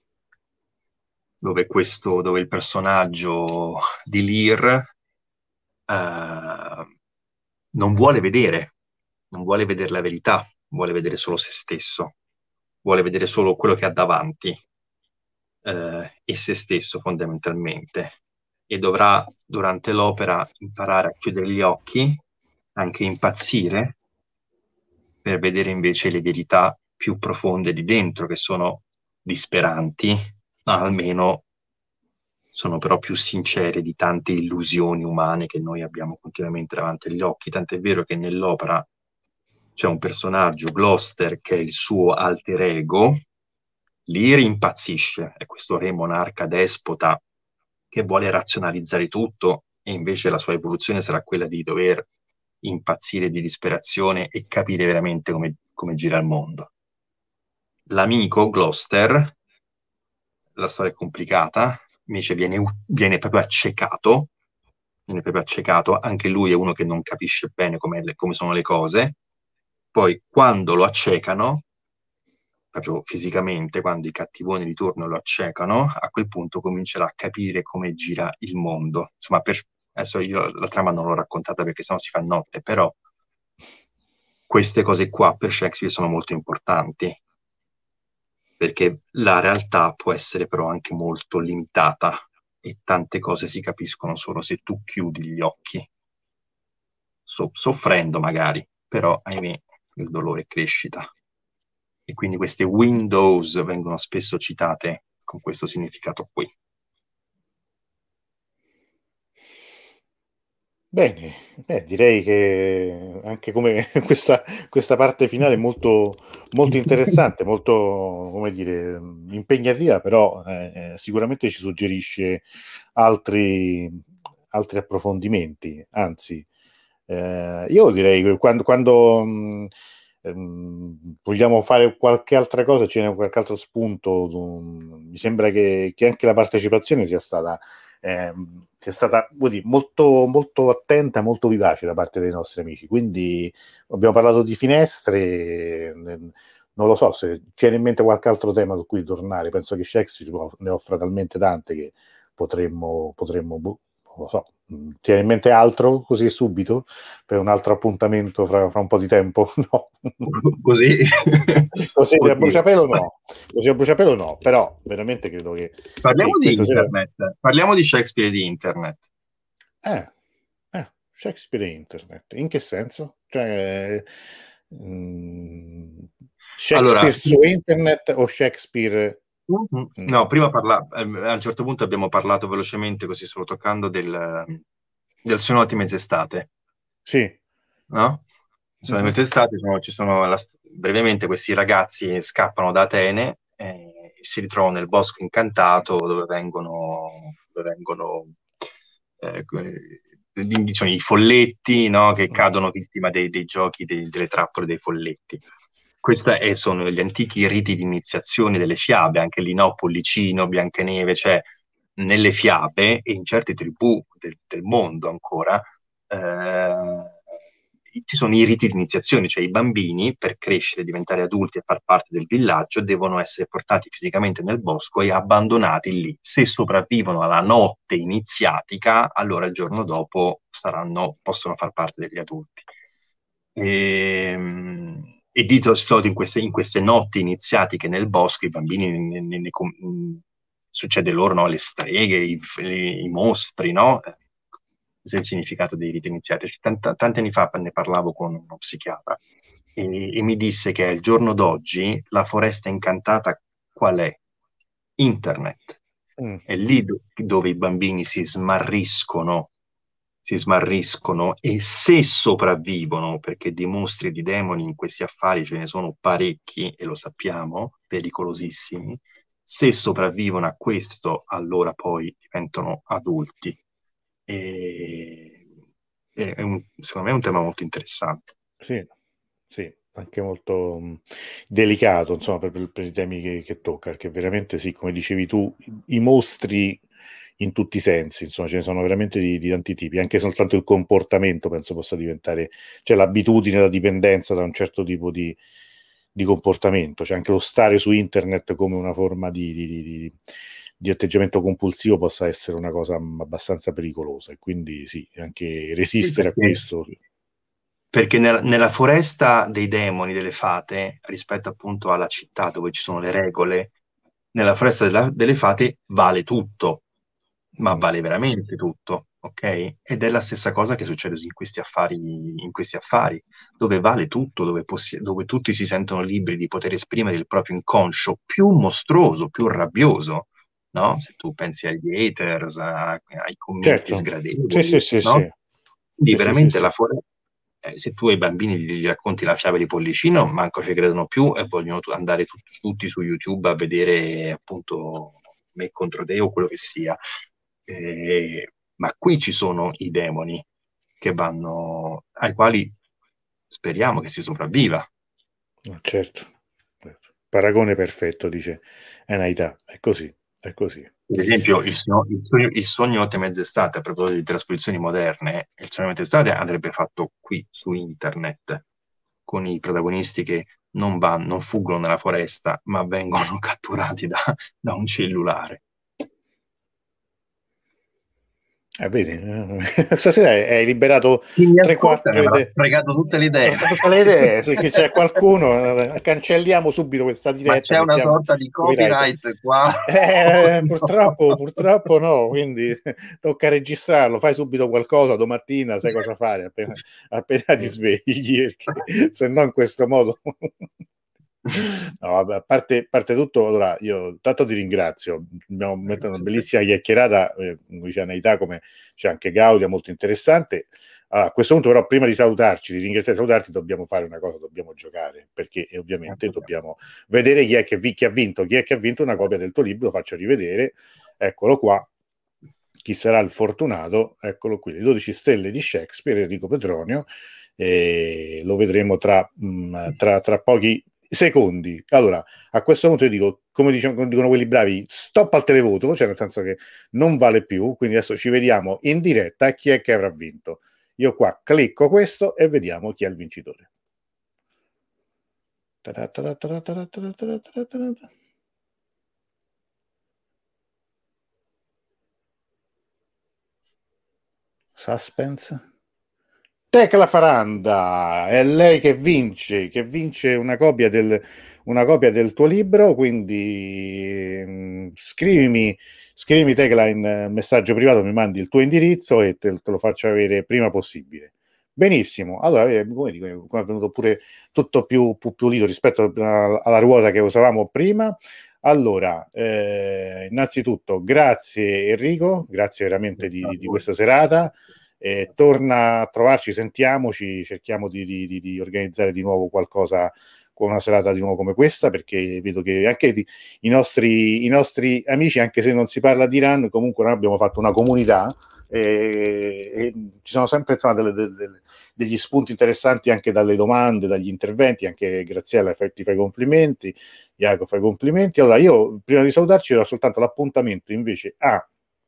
dove il personaggio di Lear non vuole vedere, non vuole vedere la verità, vuole vedere solo se stesso, vuole vedere solo quello che ha davanti, e se stesso fondamentalmente. E dovrà durante l'opera imparare a chiudere gli occhi, anche impazzire, per vedere invece le verità più profonde di dentro, che sono disperanti, ma almeno sono però più sincere di tante illusioni umane che noi abbiamo continuamente davanti agli occhi. Tant'è vero che nell'opera c'è un personaggio, Gloucester, che è il suo alter ego. Lear impazzisce, è questo re monarca despota che vuole razionalizzare tutto e invece la sua evoluzione sarà quella di dover impazzire di disperazione e capire veramente come gira il mondo. L'amico Gloucester, la storia è complicata, invece viene proprio accecato, anche lui è uno che non capisce bene come sono le cose, poi quando lo accecano, proprio fisicamente, quando i cattivoni di turno lo accecano, a quel punto comincerà a capire come gira il mondo. Insomma, adesso io la trama non l'ho raccontata perché sennò si fa notte, però queste cose qua per Shakespeare sono molto importanti, perché la realtà può essere però anche molto limitata e tante cose si capiscono solo se tu chiudi gli occhi, soffrendo magari, però ahimè il dolore crescita. E quindi queste Windows vengono spesso citate con questo significato qui. Bene, direi che anche come questa parte finale è molto, molto interessante, molto, come dire, impegnativa, però sicuramente ci suggerisce altri, altri approfondimenti. Anzi, io direi che quando vogliamo fare qualche altra cosa, ce n'è qualche altro spunto, mi sembra che anche la partecipazione sia stata vuol dire, molto, molto attenta, molto vivace da parte dei nostri amici. Quindi abbiamo parlato di finestre, non lo so se c'è in mente qualche altro tema su cui tornare. Penso che Shakespeare ne offra talmente tante che potremmo non lo so. Tieni in mente altro così subito per un altro appuntamento fra un po' di tempo? No. Così. Così a Oddio. bruciapelo no, così a bruciapelo no, però veramente credo che Parliamo di questa sera internet, parliamo di Shakespeare e di internet. eh, Shakespeare e internet. In che senso? Cioè, Shakespeare Allora, su internet o Shakespeare? no, prima a un certo punto abbiamo parlato velocemente, così solo toccando, del Sono ottime estate, Sì. no? Sono Mhm. ottime estate, brevemente questi ragazzi scappano da Atene e si ritrovano nel bosco incantato dove vengono diciamo, i folletti, no? Che cadono vittima dei giochi, delle trappole dei folletti. Sono gli antichi riti di iniziazione delle fiabe, anche lì, no? Pollicino, Biancaneve, cioè nelle fiabe e in certe tribù del mondo ancora, ci sono i riti di iniziazione, cioè i bambini per crescere, diventare adulti e far parte del villaggio devono essere portati fisicamente nel bosco e abbandonati lì. Se sopravvivono alla notte iniziatica, allora il giorno dopo possono far parte degli adulti. E di solito in queste notti iniziatiche nel bosco, i bambini succede loro, no? Le streghe, i mostri, no? Questo è il significato dei riti iniziatici. Tanti anni fa ne parlavo con uno psichiatra e mi disse che al giorno d'oggi la foresta incantata qual è? Internet. Mm. È lì dove i bambini si smarriscono e se sopravvivono, perché di mostri e di demoni in questi affari ce ne sono parecchi e lo sappiamo, pericolosissimi, se sopravvivono a questo, allora poi diventano adulti. E, secondo me è un tema molto interessante. Sì, sì, anche molto delicato, insomma, per i temi che tocca, perché veramente sì, come dicevi tu, i mostri in tutti i sensi, insomma, ce ne sono veramente di tanti tipi, anche soltanto il comportamento penso possa diventare, cioè l'abitudine, la dipendenza da un certo tipo di comportamento, cioè anche lo stare su internet come una forma di atteggiamento compulsivo possa essere una cosa abbastanza pericolosa, e quindi sì, anche Sì, resistere a perché questo. Perché nella foresta dei demoni, delle fate, rispetto appunto alla città dove ci sono le regole, nella foresta delle fate vale tutto, ma Mm. vale veramente tutto, ok? Ed è la stessa cosa che succede in questi affari, dove vale tutto, dove tutti si sentono liberi di poter esprimere il proprio inconscio più mostruoso, più rabbioso, no? Se tu pensi agli haters, ai commenti Certo, sì, sì, sgradevoli, sì, no? sì, Quindi sì, sì, sì, veramente sì. se tu ai bambini gli racconti la fiaba di Pollicino, manco ci credono più e vogliono andare tutti su YouTube a vedere appunto me contro te o quello che sia. Ma qui ci sono i demoni ai quali speriamo che si sopravviva. Certo, certo. Paragone perfetto, dice Enaita, è così, è così. Per esempio, il sogno otto e mezz'estate, a proposito di trasposizioni moderne, il sogno otto e mezz'estate andrebbe fatto qui su internet, con i protagonisti che non fuggono nella foresta, ma vengono catturati da un cellulare. Vedi, stasera hai liberato Chi mi ascolta mi 3-4 avrà idee. fregato tutte le idee. Tutte le idee, se c'è qualcuno, cancelliamo subito questa Ma diretta, c'è una mettiamo sorta di copyright. copyright qua. Purtroppo no, quindi tocca registrarlo, fai subito qualcosa, domattina sai cosa fare appena ti svegli, perché se no in questo modo No, vabbè, a parte tutto, allora io tanto ti ringrazio, abbiamo messo una bellissima chiacchierata, come dice Anaità, come c'è anche Gaudia, molto interessante. Allora, a questo punto però prima di salutarci, di ringraziare e salutarti, dobbiamo fare una cosa, dobbiamo giocare, perché ovviamente dobbiamo vedere chi è chi ha vinto, chi è che ha vinto una copia del tuo libro, lo faccio rivedere, eccolo qua, chi sarà il fortunato, eccolo qui, le 12 stelle di Shakespeare, Enrico Petronio, e lo vedremo tra pochi secondi. Allora, a questo punto io dico, come dicono quelli bravi, stop al televoto, cioè nel senso che non vale più, quindi adesso ci vediamo in diretta e chi è che avrà vinto. Io qua clicco questo e vediamo chi è il vincitore. Suspense. Tecla Faranda, è lei che vince una copia del tuo libro, quindi scrivimi Tecla in messaggio privato, mi mandi il tuo indirizzo e te lo faccio avere prima possibile. Benissimo, allora come dico, come è venuto pure tutto più pulito rispetto alla ruota che usavamo prima. Allora, innanzitutto grazie Enrico, grazie veramente di questa serata. Torna a trovarci, sentiamoci, cerchiamo di organizzare di nuovo qualcosa con una serata di nuovo come questa, perché vedo che anche i nostri amici, anche se non si parla di Iran, comunque noi abbiamo fatto una comunità e ci sono sempre insomma, degli spunti interessanti anche dalle domande, dagli interventi, anche Graziella ti fai complimenti, Jacopo fai complimenti. Allora io prima di salutarci ho soltanto l'appuntamento invece a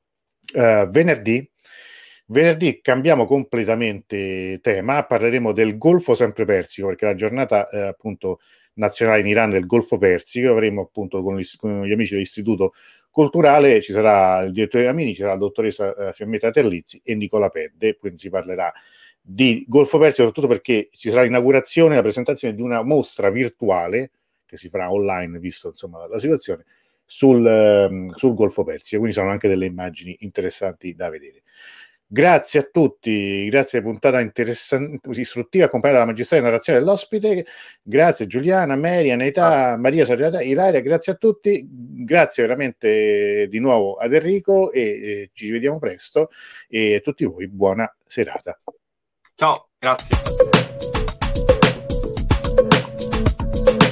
Venerdì cambiamo completamente tema, parleremo del Golfo sempre Persico, perché la giornata appunto nazionale in Iran del Golfo Persico, avremo appunto con gli amici dell'Istituto Culturale, ci sarà il direttore Amini, ci sarà la dottoressa Fiammetta Terlizzi e Nicola Pedde, quindi si parlerà di Golfo Persico, soprattutto perché ci sarà l'inaugurazione, la presentazione di una mostra virtuale che si farà online, visto insomma la situazione, sul Golfo Persico, quindi sono anche delle immagini interessanti da vedere. Grazie a tutti, grazie puntata interessante, istruttiva accompagnata dalla magistrale narrazione dell'ospite, grazie Giuliana, Mary, Aneta, Maria Sorriata, Ilaria, grazie a tutti, grazie veramente di nuovo ad Enrico e ci vediamo presto e a tutti voi buona serata. Ciao, grazie.